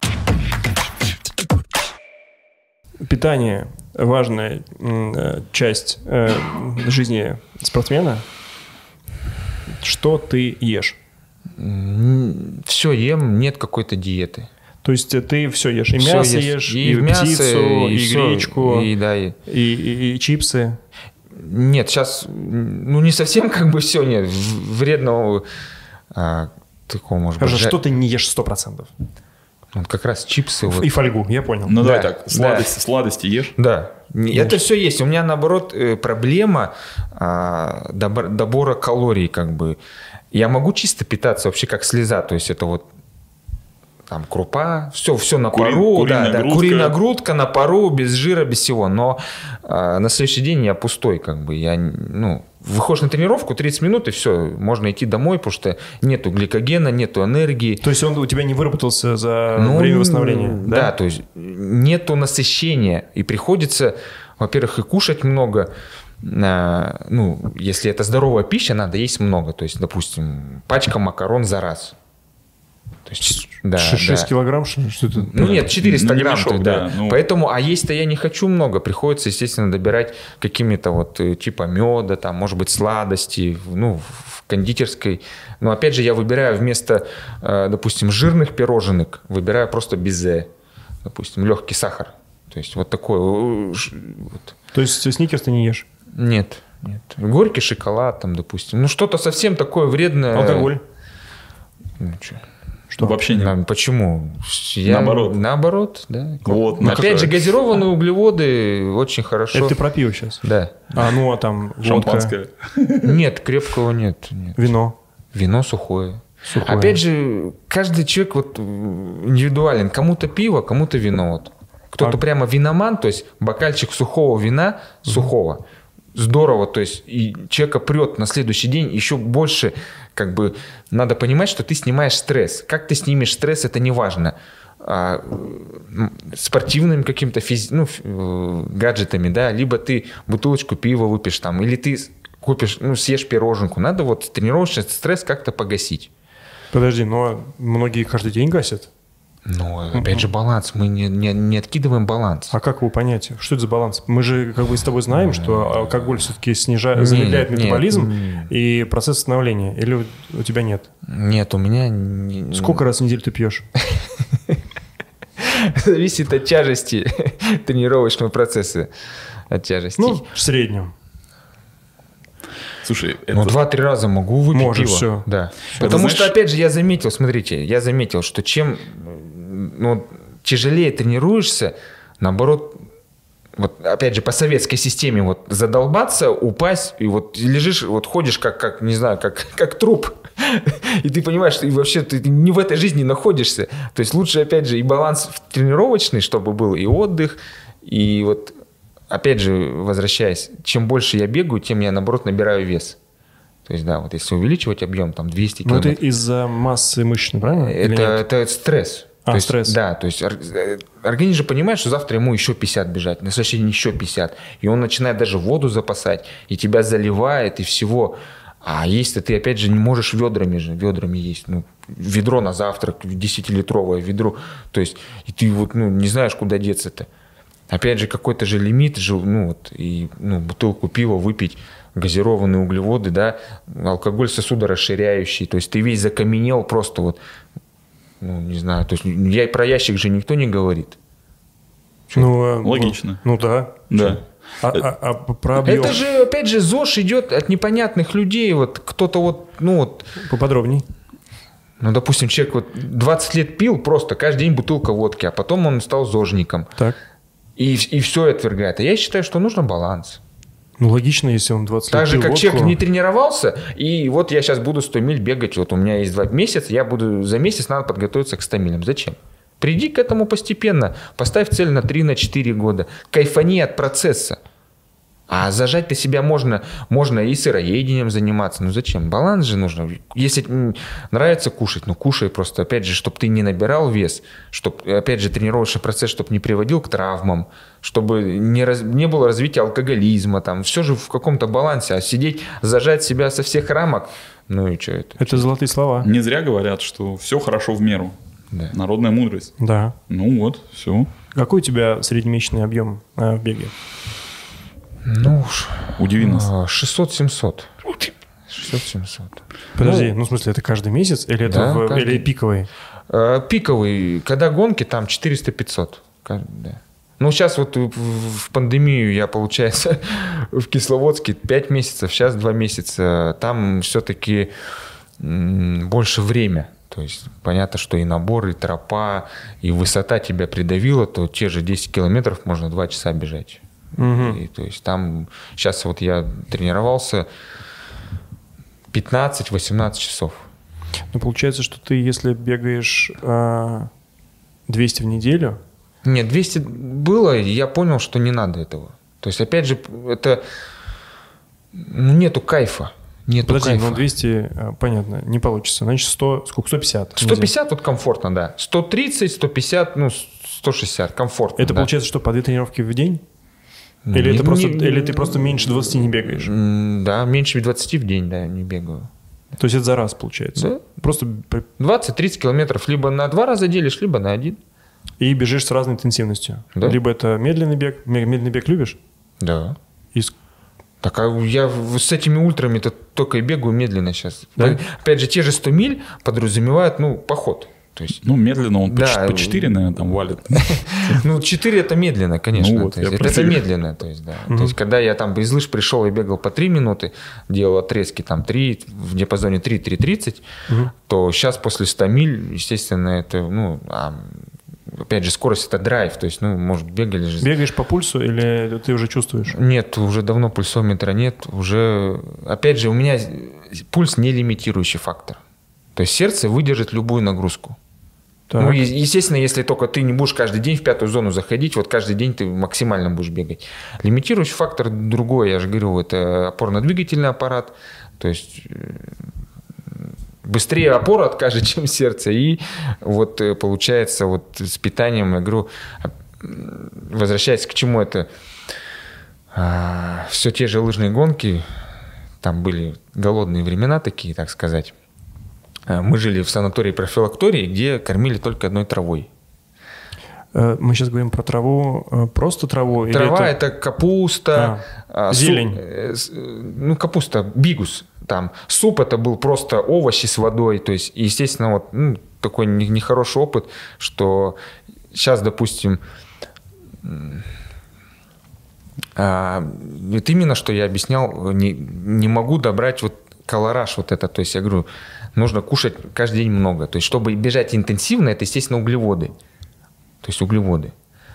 Питание – важная часть жизни спортсмена. Что ты ешь? Все ем, нет какой-то диеты. То есть ты все ешь? И мясо ешь, и птицу, и гречку, и чипсы? Нет, сейчас, ну, не совсем как бы все, нет. Вредного такого, может быть. Хорошо, что ты не ешь 100%? Вот как раз чипсы. И фольгу, я понял. Ну, давай так, сладости ешь? Да. Это все есть. У меня, наоборот, проблема добора калорий, как бы. Я могу чисто питаться вообще как слеза, то есть это вот там крупа, все на пару, куриная грудка на пару, без жира, без всего. Но на следующий день я пустой, как бы. Я, ну, выходишь на тренировку, 30 минут, и все, можно идти домой, потому что нету гликогена, нету энергии. То есть он у тебя не выработался за время восстановления? Да, то есть нету насыщения, и приходится, во-первых, и кушать много. Ну, если это здоровая пища, надо есть много. То есть, допустим, пачка макарон за раз. То есть, 6 килограмм, что это? Ну нет, 400 грамм. Мешок, да. Поэтому, а есть-то я не хочу много. Приходится, естественно, добирать какими-то вот типа меда, там, может быть, сладости, ну, в кондитерской. Но опять же, я выбираю вместо, допустим, жирных пироженок, выбираю просто безе. Допустим, легкий сахар. То есть вот такой. Вот. То есть сникерс ты не ешь? Нет. Горький шоколад, там, допустим. Ну, что-то совсем такое вредное. Алкоголь? Ну, что? Вообще не. Почему? Наоборот, да. Вот, опять же, газированные углеводы очень хорошо. Это ты про пиво сейчас? Да. А там шампанское? Нет, крепкого нет. Вино? Вино сухое. Опять же, каждый человек вот индивидуален. Кому-то пиво, кому-то вино. Вот. Кто-то прямо виноман, то есть бокальчик сухого вина, сухого. Здорово, то есть и человека прет на следующий день еще больше, как бы надо понимать, что ты снимаешь стресс. Как ты снимешь стресс, это не важно. спортивными какими-то гаджетами, да, либо ты бутылочку пива выпьешь там, или ты купишь, съешь пироженку. Надо вот тренировочный стресс как-то погасить. Подожди, но многие каждый день гасят? Опять же, баланс. Мы не откидываем баланс. А как его понять? Что это за баланс? Мы же как бы с тобой знаем, что алкоголь все-таки замедляет метаболизм и процесс становления. Или у тебя нет? Нет, у меня... Сколько раз в неделю ты пьешь? Зависит от тяжести тренировочного процесса. От тяжести. В среднем. Слушай, 2-3 раза могу выпить пиво. Все. Да. Потому что, опять же, я заметил, что чем тяжелее тренируешься, наоборот, вот опять же, по советской системе вот задолбаться, упасть, и вот лежишь, вот ходишь как не знаю, как труп. И ты понимаешь, что вообще ты не в этой жизни находишься. То есть лучше, опять же, и баланс тренировочный, чтобы был, и отдых, и вот, опять же, возвращаясь, чем больше я бегаю, тем я, наоборот, набираю вес. То есть, да, вот если увеличивать объем, там, 200 километров. Это из-за массы мышц, правильно? Это стресс. Стресс. Да, то есть организм же понимает, что завтра ему еще 50 бежать, на следующий день еще 50. И он начинает даже воду запасать, и тебя заливает, и всего. А есть-то ты, опять же, не можешь ведрами есть. Ведро на завтрак, 10-литровое ведро. То есть, и ты вот, не знаешь, куда деться-то. Опять же, какой-то же лимит, бутылку пива выпить, газированные углеводы, да, алкоголь сосудорасширяющий. То есть, ты весь закаменел просто вот, не знаю, то есть, про ящик же никто не говорит. Логично. Да. Да. Про объем? Это же, опять же, ЗОЖ идет от непонятных людей. Вот кто-то Поподробней. Допустим, человек 20 лет пил просто каждый день бутылка водки, а потом он стал зожником. Так. И все отвергает. А я считаю, что нужно баланс. Логично, если он 20 лет пил так же, как водку. человек не тренировался, и вот я сейчас буду 100 миль бегать, вот у меня есть 2 месяца, за месяц надо подготовиться к 100 милям. Зачем? Приди к этому постепенно. Поставь цель на 3-4 года. Кайфани от процесса. А зажать-то себя можно и сыроедением заниматься. Зачем? Баланс же нужно. Если нравится кушать, кушай просто. Опять же, чтобы ты не набирал вес, чтобы, опять же, тренировочный процесс, чтобы не приводил к травмам, чтобы не было развития алкоголизма. Там. Все же в каком-то балансе. А сидеть, зажать себя со всех рамок, и что это? Это золотые слова. Не зря говорят, что все хорошо в меру. Да. Народная мудрость. Да. Все. Какой у тебя среднемесячный объем в беге? Удиви нас. 600-700. 600-700. Подожди, в смысле, это каждый месяц? Или это или пиковый? Пиковый. Когда гонки, там 400-500. Да. Сейчас вот в пандемию я, получается, в Кисловодске 5 месяцев, сейчас 2 месяца. Там все-таки больше время. То есть понятно, что и набор, и тропа, и высота тебя придавила, то те же 10 километров можно 2 часа бежать. Угу. И, то есть там сейчас вот я тренировался 15-18 часов. Получается, что ты, если бегаешь 200 в неделю... Нет, 200 было, и я понял, что не надо этого. То есть, опять же, это нету кайфа. Подожди, кайфа. 200, понятно, не получится. Значит, 100, сколько? 150? 150 вот комфортно, да. 130, 150, 160, комфортно. Это получается, что по 2 тренировки в день? Или ты просто меньше 20 не бегаешь? Да, меньше 20 в день, да, не бегаю. То есть это за раз получается? Да. Просто 20-30 километров либо на 2 раза делишь, либо на 1. И бежишь с разной интенсивностью? Да. Либо это медленный бег. Медленный бег любишь? Да. Так, а я с этими ультрами-то только и бегаю медленно сейчас. Да? Опять же, те же 100 миль подразумевают, поход. То есть, медленно он по 4, наверное, там валит. 4 это медленно, конечно. Это медленно. То есть, да. Угу. То есть, когда я там без лыж пришел и бегал по 3 минуты, делал отрезки там 3, в диапазоне 3-3:30, то сейчас после 100 миль, естественно, это, опять же, скорость это драйв. То есть, может, бегали же. Бегаешь по пульсу или ты уже чувствуешь? Нет, уже давно пульсометра нет. Уже, опять же, у меня пульс не лимитирующий фактор. То есть сердце выдержит любую нагрузку. Естественно, если только ты не будешь каждый день в 5-ю зону заходить, вот каждый день ты максимально будешь бегать. Лимитирующий фактор другой, я же говорю, это опорно-двигательный аппарат. То есть быстрее опора откажет, чем сердце. И вот получается вот с питанием, я говорю, возвращаясь к чему это, все те же лыжные гонки, там были голодные времена такие, так сказать. Мы жили в санатории-профилактории, где кормили только одной травой. Мы сейчас говорим про траву, просто траву? Трава – это капуста. Зелень. Ну, капуста, бигус. Там. Суп – это был просто овощи с водой. То есть, естественно, вот, такой нехороший опыт, что сейчас, допустим, вот именно, что я объяснял, не могу добрать вот колораж вот это. То есть, я говорю, нужно кушать каждый день много. То есть, чтобы бежать интенсивно, это, естественно, углеводы. То есть углеводы.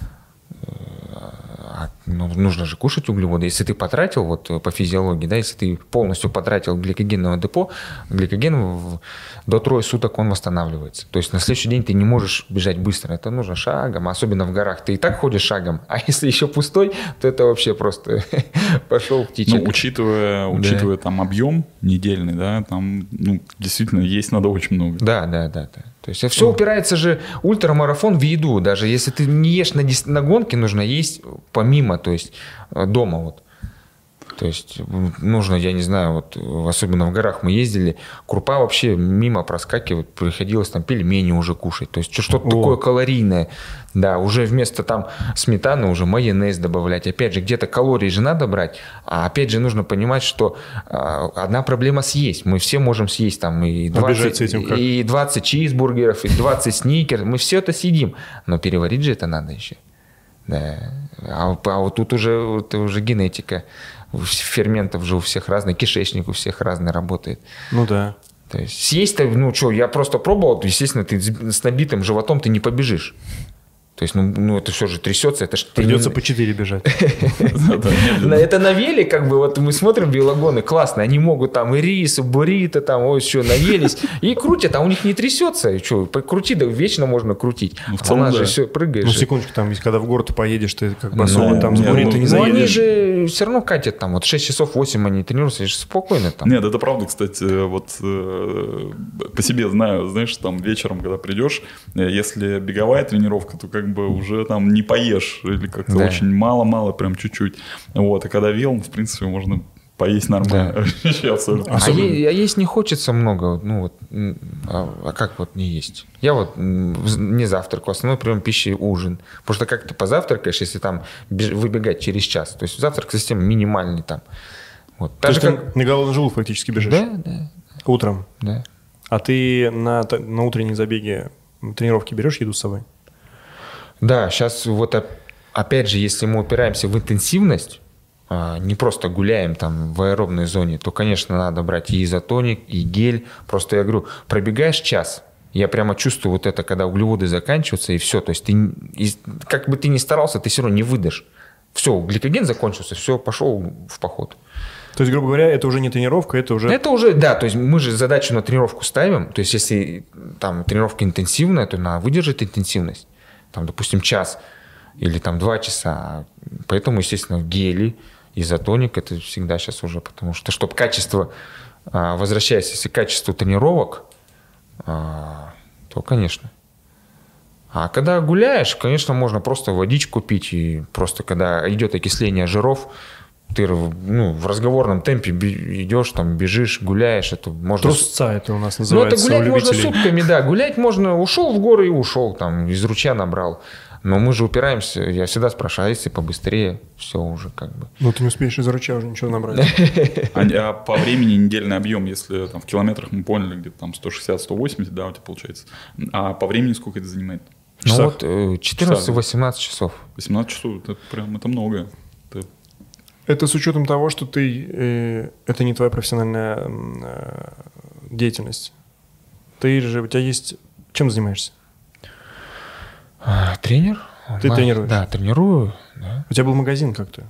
Нужно же кушать углеводы. Если ты потратил вот по физиологии, да, если ты полностью потратил гликогенного депо, гликоген до 3 суток он восстанавливается. То есть на следующий день ты не можешь бежать быстро. Это нужно шагом, особенно в горах. Ты и так ходишь шагом, а если еще пустой, то это вообще просто пошел в течение. Ну, учитывая там объем недельный, да, там действительно есть надо очень много. Да. То есть все упирается же, ультрамарафон в еду. Даже если ты не ешь на гонке, нужно есть помимо, то есть дома вот. То есть нужно, я не знаю, вот особенно в горах мы ездили, крупа вообще мимо проскакивает, приходилось там пельмени уже кушать. То есть что-то такое калорийное. Да, уже вместо там сметаны уже майонез добавлять. Опять же, где-то калорий же надо брать. А опять же нужно понимать, что одна проблема съесть. Мы все можем съесть там и 20 чизбургеров, и 20 сникеров. Мы все это съедим. Но переварить же это надо еще. Да. А вот тут уже генетика. Ферментов же у всех разный, кишечник у всех разный работает. Ну да. То есть съесть-то, я просто пробовал, естественно, ты с набитым животом ты не побежишь. То есть, это все же трясется. Это придется по 4 бежать. Это на веле, как бы, вот мы смотрим велогоны, классно, они могут там и рис, и буррито, там, еще наелись, и крутят, а у них не трясется. И что, крути, да вечно можно крутить. У нас же все прыгаешь. Ну, секундочку, там, когда в город поедешь, ты как бы особо там с буррито не заедешь. Ну, они же все равно катят там, вот 6 часов, 8 они тренируются, спокойно там. Нет, это правда, кстати, вот по себе знаю, знаешь, там вечером, когда придешь, если беговая тренировка, то как бы уже там не поешь или как-то очень мало-мало, прям чуть-чуть. Вот, а когда вел, в принципе, можно поесть нормально. Да. А есть не хочется много, а как вот не есть? Я вот не завтракаю, основной прием пищи ужин. Потому что как ты позавтракаешь, если там выбегать через час? То есть завтрак совсем минимальный там. Вот. То есть ты на голодный желудок фактически бежишь? Да. Утром? Да. А ты на утренние забеги, тренировки берешь еду с собой? Да, сейчас вот опять же, если мы упираемся в интенсивность, не просто гуляем там в аэробной зоне, то, конечно, надо брать и изотоник, и гель. Просто я говорю, пробегаешь час, я прямо чувствую вот это, когда углеводы заканчиваются, и все. То есть ты, как бы ты ни старался, ты все равно не выдашь. Все, гликоген закончился, все, пошел в поход. То есть, грубо говоря, это уже не тренировка, это уже... Это уже, да, то есть мы же задачу на тренировку ставим. То есть если там тренировка интенсивная, то надо выдержать интенсивность. Там, допустим, час или там 2 часа. Поэтому, естественно, гели, изотоник это всегда сейчас уже, потому что, чтобы качество, возвращаясь, если к качеству тренировок, то, конечно. А когда гуляешь, конечно, можно просто водичку пить, и просто когда идет окисление жиров, ты в разговорном темпе идешь, там, бежишь, гуляешь, это можно... Трусца это у нас называется. Это гулять можно сутками, да, гулять можно, ушел в горы и ушел, там, из ручья набрал. Но мы же упираемся, я всегда спрашиваю, а если побыстрее, все уже как бы... Ну, ты не успеешь из ручья уже ничего набрать. А по времени недельный объем, если там в километрах мы поняли, где-то там 160-180, да, у тебя получается. А по времени сколько это занимает? Ну вот 14-18 часов. 18 часов, это много. Это с учетом того, что это не твоя профессиональная деятельность. У тебя есть... Чем ты занимаешься? Тренер. Ты тренируешь? Да, тренирую. Да. У тебя был магазин как-то?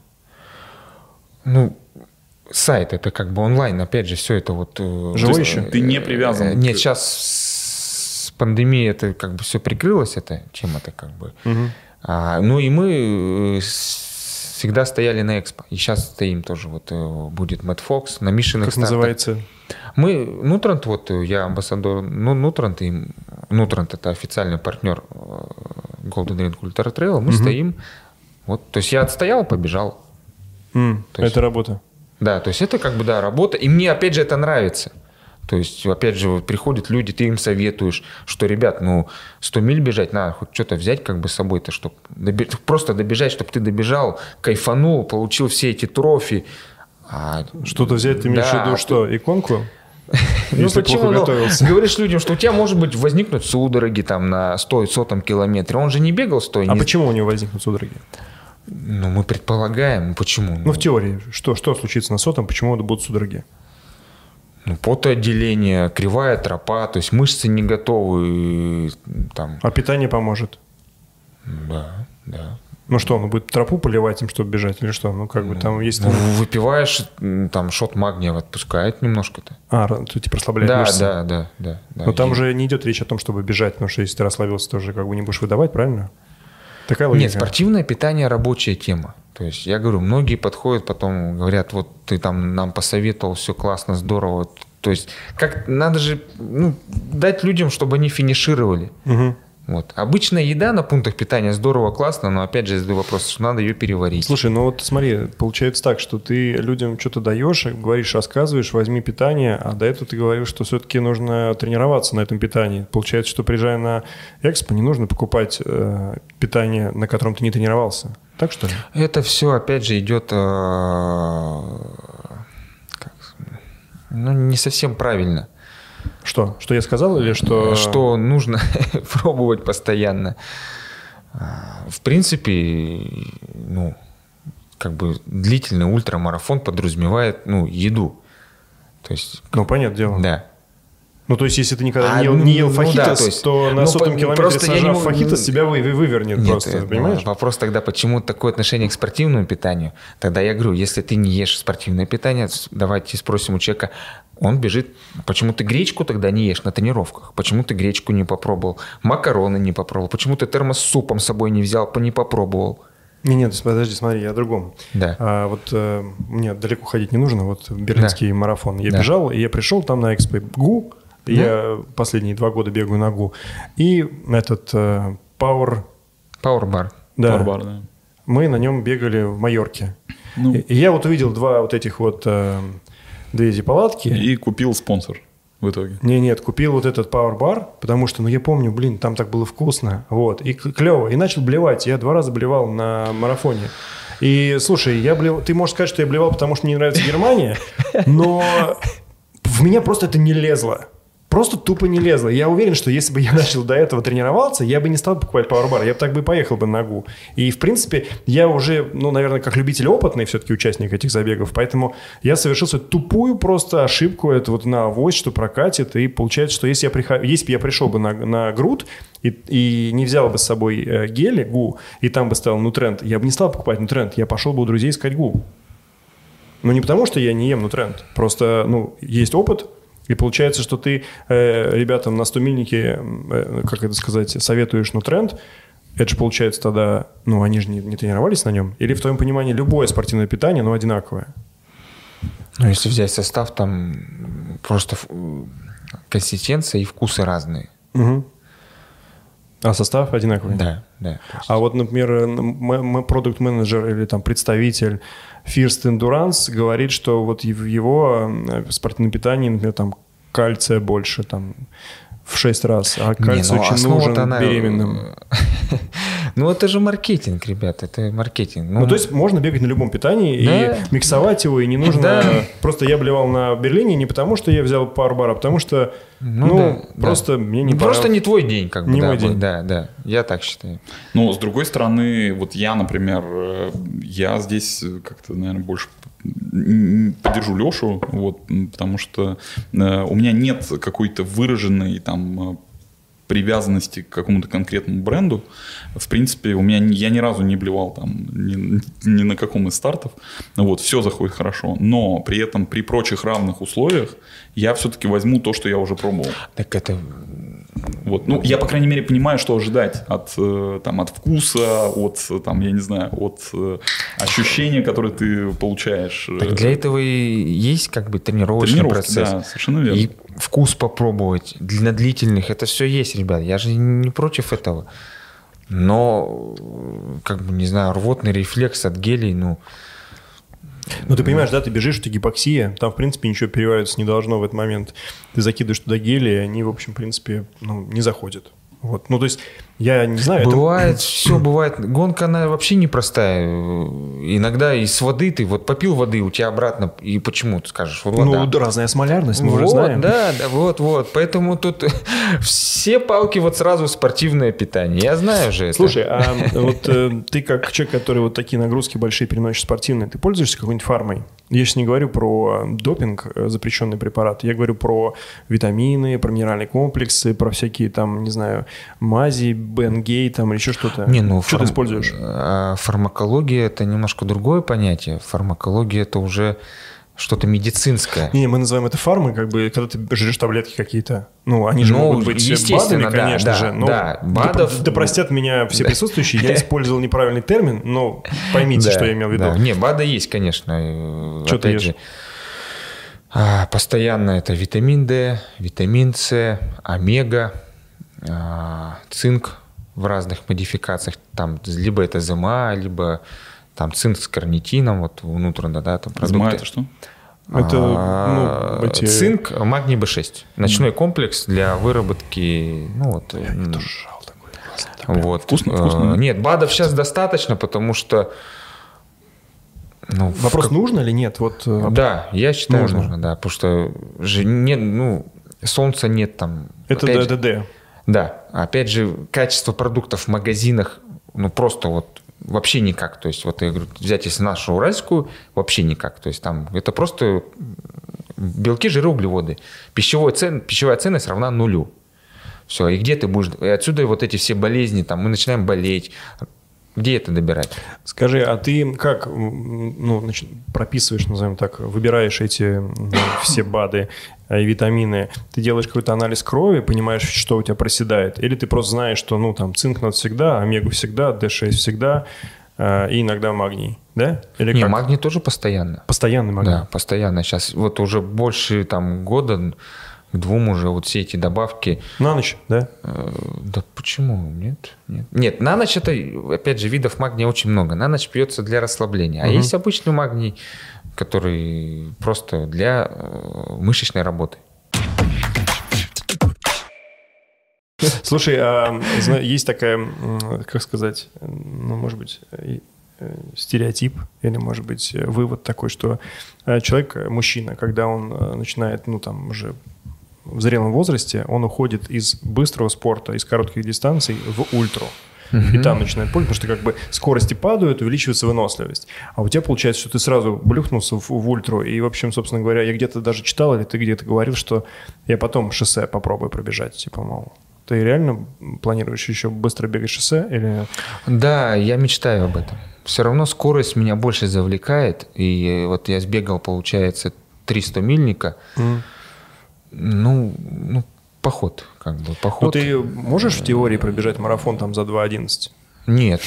Сайт, это как бы онлайн, опять же, все это вот... Живой еще? Ты не привязан? Нет, сейчас с пандемией это как бы все прикрылось, чем это как бы. Угу. И мы с всегда стояли на Экспо. И сейчас стоим тоже. Вот будет Мэтт Фокс на Мишиных Как стартах. называется? Мы, Нутрант, вот я амбассадор Нутрант, и Нутрант это официальный партнер Golden Ring Ultra Trail. Мы стоим. Вот, то есть я отстоял, побежал. Это есть, работа. Да, то есть это как бы, да, работа. И мне, опять же, это нравится. То есть, опять же, вот приходят люди, ты им советуешь, что, ребят, 100 миль бежать, надо хоть что-то взять как бы с собой-то, чтобы просто добежать, чтобы ты добежал, кайфанул, получил все эти трофи. Что-то взять, ты имеешь в виду что, иконку? Если почему? плохо готовился. Говоришь людям, что у тебя может быть возникнуть судороги там на 100-100 километре. Он же не бегал 100. А почему у него возникнут судороги? Мы предполагаем, почему. В теории, что случится на 100, почему это будут судороги? Потоотделение, кривая тропа, то есть мышцы не готовы. Там. А питание поможет? Да. Что, он будет тропу поливать им, чтобы бежать, или что? Там есть... Выпиваешь, там шот магния отпускает немножко-то. То типа расслабляет мышцы? Да. Но там же не идет речь о том, чтобы бежать, потому что если ты расслабился, тоже не будешь выдавать, правильно? Такая логика. Нет, спортивное питание рабочая тема. То есть я говорю, многие подходят, потом говорят, вот ты там нам посоветовал, все классно, здорово. То есть как надо же дать людям, чтобы они финишировали. Угу. Вот. Обычная еда на пунктах питания здорово, классно, но опять же задаю вопрос, что надо ее переварить. Слушай, смотри, получается так, что ты людям что-то даешь, говоришь, рассказываешь, возьми питание, а до этого ты говорил, что все-таки нужно тренироваться на этом питании. Получается, что приезжая на Экспо, не нужно покупать питание, на котором ты не тренировался. Так что ли? Это все, опять же, идет не совсем правильно. Что? Что я сказал или что... Что нужно пробовать постоянно. В принципе, длительный ультрамарафон подразумевает, еду. То есть... понятное дело. Да. То есть, если ты никогда не ел фахитос, то на 100-м километре сажав фахитос, тебя вывернет. Нет, просто, понимаешь? Вопрос тогда, почему такое отношение к спортивному питанию? Тогда я говорю, если ты не ешь спортивное питание, давайте спросим у человека, он бежит, почему ты гречку тогда не ешь на тренировках? Почему ты гречку не попробовал? Макароны не попробовал? Почему ты термос с супом с собой не взял, не попробовал? Нет, подожди, смотри, я о другом. Да. Мне далеко ходить не нужно, берлинский марафон. Я бежал, и я пришел там на Экспо ГУ. Я последние 2 года бегаю на ГУ. И этот Power Бар. Да. Power Bar, да. Мы на нем бегали в Майорке. И я увидел 2 этих 2 эти палатки. И купил спонсор в итоге. Нет, купил этот Power Bar, потому что, я помню, там так было вкусно. И клево. И начал блевать. Я 2 раза блевал на марафоне. И, слушай, ты можешь сказать, что я блевал, потому что мне не нравится Германия, но в меня просто это не лезло. Просто тупо не лезло. Я уверен, что если бы я начал до этого тренироваться, я бы не стал покупать пауэрбар, я бы так поехал бы на ГУ. И, в принципе, я уже, наверное, как любитель опытный все-таки участник этих забегов, поэтому я совершил свою тупую просто ошибку, это на авось, что прокатит, и получается, что если бы я пришел бы на груд и не взял бы с собой гели ГУ, и там бы стоял Нутренд, я бы не стал покупать Нутренд, я пошел бы у друзей искать ГУ. Не потому, что я не ем Нутренд, просто, есть опыт. И получается, что ты ребятам на 100-мильнике, советуешь Нутренд. Это же получается тогда, они же не тренировались на нем. Или в твоем понимании любое спортивное питание, одинаковое? Если взять состав, там просто консистенция и вкусы разные. Угу. А состав одинаковый? Да. А например, продукт-менеджер или представитель First Endurance говорит, что в его спортивном питании, например, кальция больше в 6 раз, а кальций очень нужен беременным. Это же маркетинг, ребята, это маркетинг. То есть можно бегать на любом питании и миксовать его, и не нужно... Да. Просто я блевал на Берлине не потому, что я взял пауэрбар, а потому что просто мне не понравилось. Просто не твой день, не мой день. Да, я так считаю. С другой стороны, я, например, я здесь как-то, наверное, больше поддержу Лешу, потому что у меня нет какой-то выраженной привязанности к какому-то конкретному бренду. В принципе, я ни разу не блевал ни на каком из стартов. Все заходит хорошо. Но при этом при прочих равных условиях я все-таки возьму то, что я уже пробовал. Так это Вот. Ну, я, по крайней мере, понимаю, что ожидать от вкуса, я не знаю, от ощущения, которые ты получаешь. Так для этого и есть как бы тренировочный процесс. Да, совершенно верно. И вкус попробовать для длительных. Это все есть, ребят. Я же не против этого. Но, как бы, не знаю, рвотный рефлекс от гелей, Ну, ты понимаешь, да, ты бежишь, у тебя гипоксия, там, в принципе, ничего перевариваться не должно в этот момент. Ты закидываешь туда гели, и они, в общем, в принципе, не заходят. Вот. Ну, то есть, я не знаю... Бывает, все бывает. Гонка, она вообще непростая. Иногда из воды ты вот попил воды, у тебя обратно... И почему, ты скажешь? Вот вода. Разная осмолярность, мы уже знаем. Да, вот. Поэтому тут все палки вот сразу спортивное питание. Я знаю же это. Слушай, а вот ты как человек, который вот такие нагрузки большие переносишь спортивные, ты пользуешься какой-нибудь фармой? Я сейчас не говорю про допинг, запрещенный препарат. Я говорю про витамины, про минеральные комплексы, про всякие там, не знаю, мази, Бенгей там или еще что-то. Что ты используешь? Фармакология – это немножко другое понятие. Фармакология – это уже что-то медицинское. Не, мы называем это фармой, как бы, когда ты жрешь таблетки какие-то. Ну, они же могут быть БАДами, конечно же. БАДов... Да простят меня все присутствующие, я использовал неправильный термин, но поймите, что я имел в виду. Не, БАДы есть, конечно. Что ты ешь? Постоянно это витамин D, витамин С, омега, цинк в разных модификациях. Там либо это ЗМА, либо там цинк с карнитином, вот внутренне, да, там продукты. ЗМА это что? Это цинк, магний B6. Ночной комплекс для выработки, Я тоже жал такой. Вот. Вкусно? Нет, БАДов сейчас достаточно, потому что... Вопрос, нужно или нет? Вот, да, я считаю, нужно, да, потому что же нет, солнца нет там. Это ДДД. Да, опять же, качество продуктов в магазинах, просто вот вообще никак. То есть, вот я говорю, взять если нашу уральскую, вообще никак. То есть, там это просто белки, жиры, углеводы. Пищевая ценность равна нулю. Все, и где ты будешь... И отсюда вот эти все болезни, там, мы начинаем болеть. Где это добирать? Скажи, а ты как прописываешь, назовем так, выбираешь эти все БАДы и витамины? Ты делаешь какой-то анализ крови, понимаешь, что у тебя проседает? Или ты просто знаешь, что цинк надо всегда, омегу всегда, D6 всегда и иногда магний, да? Или не, как? магний тоже постоянно. Постоянный магний? Да, постоянно. Сейчас вот уже больше года... К 2 уже вот все эти добавки. На ночь, да? Да почему? Нет, на ночь это, опять же, видов магния очень много. На ночь пьется для расслабления. А есть обычный магний, который просто для мышечной работы. Слушай, есть такая, как сказать, может быть... стереотип или, может быть, вывод такой, что человек, мужчина, когда он начинает, уже в зрелом возрасте, он уходит из быстрого спорта, из коротких дистанций в ультру. И там начинает пользоваться, потому что скорости падают, увеличивается выносливость. А у тебя получается, что ты сразу блюхнулся в ультру. И, в общем, собственно говоря, я где-то даже читал, или ты где-то говорил, что я потом шоссе попробую пробежать. Ты реально планируешь еще быстро бегать шоссе? Или... Да, я мечтаю об этом. Все равно скорость меня больше завлекает. И вот я сбегал, получается, 300 мильника. Поход. Поход. Ты можешь в теории пробежать марафон за 2:11? Нет.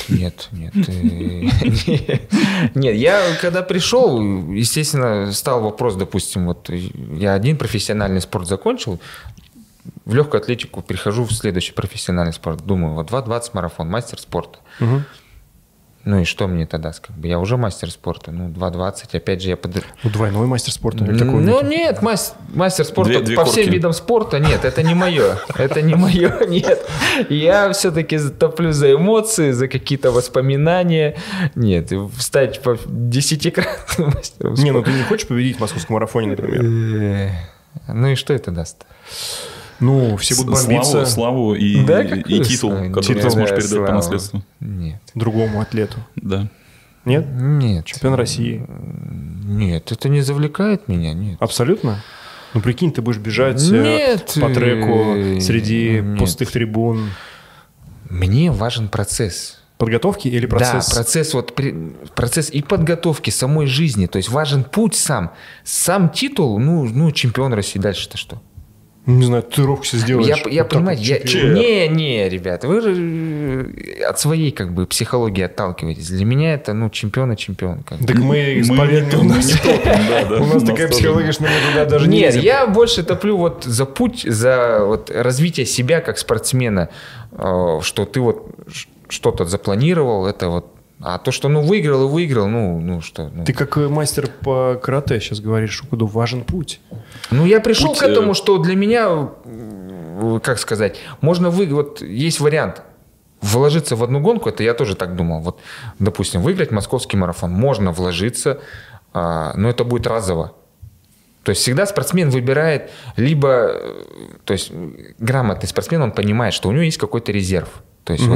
Нет, я когда пришел, естественно, стал вопрос, допустим, я один профессиональный спорт закончил, в легкую атлетику перехожу в следующий профессиональный спорт. Думаю, 2:20 марафон, мастер спорта. И что мне тогда? Я уже мастер спорта. 2:20, опять же, я двойной мастер спорта? Нет, мастер спорта по всем видам спорта. Нет, это не мое. Нет. Я все-таки топлю за эмоции, за какие-то воспоминания. Нет, стать 10-кратным мастером спорта. Ты не хочешь победить в московском марафоне, например? И что это даст? Все будут бомбиться. Славу и титул, который ты сможешь передать по наследству. Нет. Другому атлету. Да. Нет? Нет. Чемпион России. Нет, это не завлекает меня, нет. Абсолютно? Прикинь, ты будешь бежать по треку среди пустых трибун. Мне важен процесс. Подготовки или процесс? Да, процесс и подготовки самой жизни. То есть важен путь сам. Сам титул, чемпион России. Дальше-то что? Не знаю, татуировку себе сделаешь. Я понимаю, не, ребята, вы же от своей как бы психологии отталкиваетесь. Для меня это, чемпион. Так мы исповедуем. У нас такая психология, что мы туда даже не лезем. Нет, я больше топлю вот за путь, за вот развитие себя как спортсмена, что ты вот что-то запланировал, это вот. А то, что выиграл, что. Ты как мастер по карате сейчас говоришь, что важен путь. Я пришел к этому, что для меня, как сказать, можно вот есть вариант вложиться в одну гонку, это я тоже так думал. Вот, допустим, выиграть московский марафон можно вложиться, но это будет разово. То есть всегда спортсмен выбирает либо, то есть грамотный спортсмен, он понимает, что у него есть какой-то резерв. То есть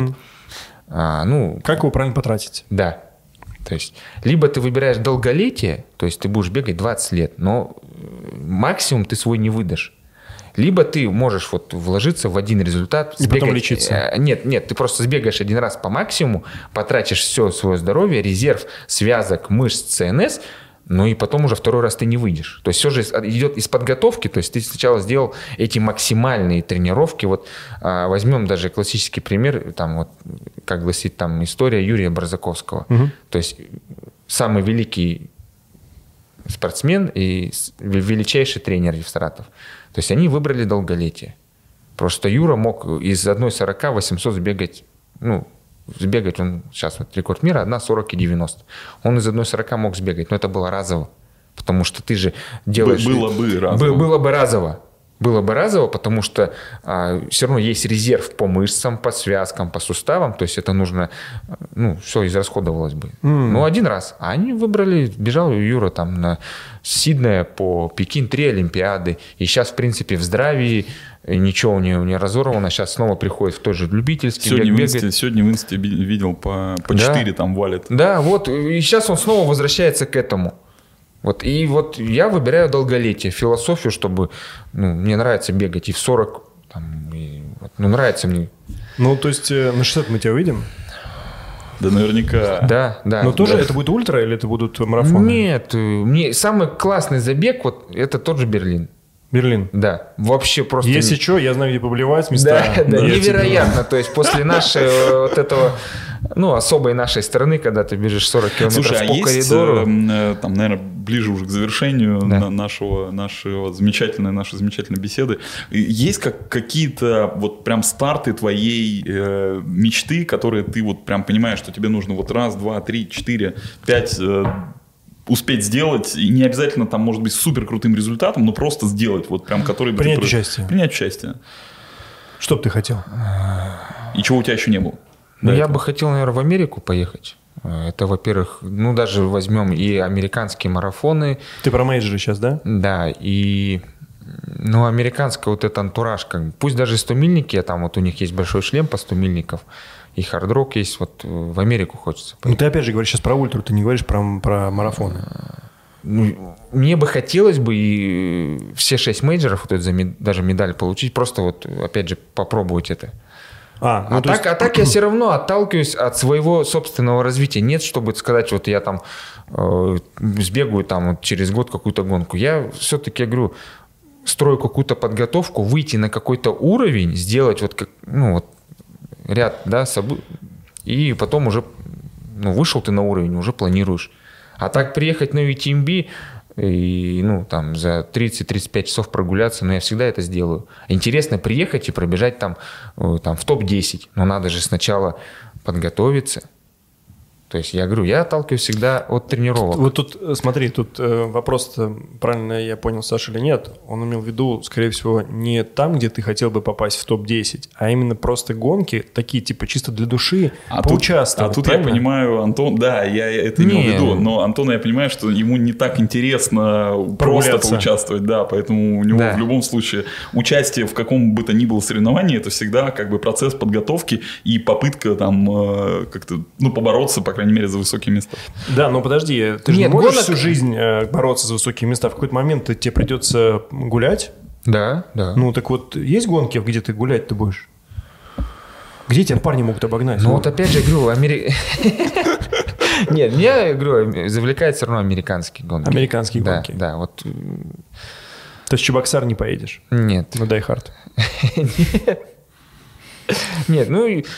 как его правильно потратить? Да. То есть, либо ты выбираешь долголетие, то есть ты будешь бегать 20 лет, но максимум ты свой не выдашь. Либо ты можешь вот вложиться в один результат. И потом лечиться. Нет, ты просто сбегаешь один раз по максимуму, потратишь все свое здоровье, резерв, связок, мышц, ЦНС, и потом уже второй раз ты не выйдешь. То есть все же идет из подготовки, то есть ты сначала сделал эти максимальные тренировки. Вот возьмем даже классический пример, там вот, как гласит там история Юрия Барзаковского. Угу. То есть самый великий спортсмен и величайший тренер Евстратов. То есть они выбрали долголетие. Просто Юра мог из 1,40 800 сбегать, он сейчас вот рекорд мира 1,40 и 90. Он из 1,40 мог сбегать, но это было разово. Потому что ты же делаешь... Было бы разово. Было бы разово, потому что все равно есть резерв по мышцам, по связкам, по суставам. То есть это нужно... все израсходовалось бы. Один раз. А они выбрали... Бежал Юра там на Сиднея по Пекин 3 Олимпиады. И сейчас, в принципе, в здравии... Ничего у нее не разорвано, сейчас снова приходит в тот же любительский бег. Сегодня в инсте видел по 4 там валит. Да, вот, и сейчас он снова возвращается к этому. Вот, и вот я выбираю долголетие, философию, чтобы, мне нравится бегать и в 40, нравится мне. То есть на 60 мы тебя увидим? Да, наверняка. Да. Но тоже это будет ультра или это будут марафоны? Нет, мне самый классный забег, вот это тот же Берлин. Берлин. Да, вообще просто... Если что, я знаю, где поблевать места. Да, невероятно. То есть после нашей вот этого, особой нашей страны, когда ты бежишь 40 километров по коридору. Там, наверное, ближе уже к завершению нашей замечательной беседы. Есть какие-то вот прям старты твоей мечты, которые ты вот прям понимаешь, что тебе нужно вот 1, 2, 3, 4, 5... успеть сделать, и не обязательно там может быть супер крутым результатом, но просто сделать, вот прям который... Принять участие. Принять участие. Что бы ты хотел? И чего у тебя еще не было? Я бы хотел, наверное, в Америку поехать. Это, во-первых, даже возьмем и американские марафоны. Ты про мейджоры сейчас, да? Да, и... американская вот эта антураж, пусть даже 100-мильники, там вот у них есть большой шлем по 100-мильников, и хард-рок есть, вот в Америку хочется. Ты опять же говоришь сейчас про ультру, ты не говоришь про марафоны. Мне бы хотелось бы и все 6 мейджоров, даже медаль получить, просто вот опять же попробовать это. Так я все равно отталкиваюсь от своего собственного развития. Нет, чтобы сказать, вот я там сбегаю там вот через год какую-то гонку. Я все-таки, говорю, строю какую-то подготовку, выйти на какой-то уровень, сделать ряд, и потом уже вышел ты на уровень, уже планируешь. А так приехать на UTMB и за 30-35 часов прогуляться, я всегда это сделаю. Интересно приехать и пробежать там в топ-10, но надо же сначала подготовиться. То есть я говорю, я отталкиваюсь всегда от тренировок. Вот тут, смотри, вопрос-то, правильно я понял, Саша, или нет, он имел в виду, скорее всего, не там, где ты хотел бы попасть в топ-10, а именно просто гонки, такие типа чисто для души, поучаствовать. Тут я понимаю, Антон, да, я это имел в виду, но Антона я понимаю, что ему не так интересно просто поучаствовать, да, поэтому у него в любом случае участие в каком бы то ни было соревновании, это всегда как бы процесс подготовки и попытка там как-то, побороться, по крайней мере, за высокие места. Да, но подожди, ты же не можешь всю жизнь бороться за высокие места. В какой-то момент тебе придется гулять. Да. Так вот, есть гонки, где ты гулять-то будешь? Где тебя парни могут обогнать? Вот опять же, говорю, Нет, меня, говорю, завлекает все равно американские гонки. Американские гонки. Да, вот... То есть Чебоксар не поедешь? Нет. На Die Hard? Нет,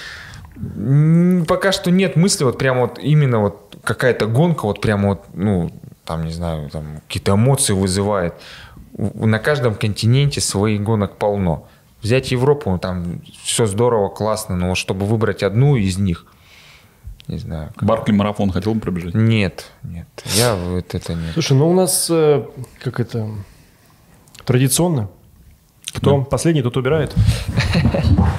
пока что нет мысли, вот прямо вот именно вот какая-то гонка, вот прямо вот, там, не знаю, там какие-то эмоции вызывает. На каждом континенте своих гонок полно. Взять Европу, там все здорово, классно, но вот чтобы выбрать одну из них, не знаю. Баркли марафон хотел бы пробежать? Нет. Я вот это нет. Слушай, у нас как это традиционно. Кто последний, тот убирает.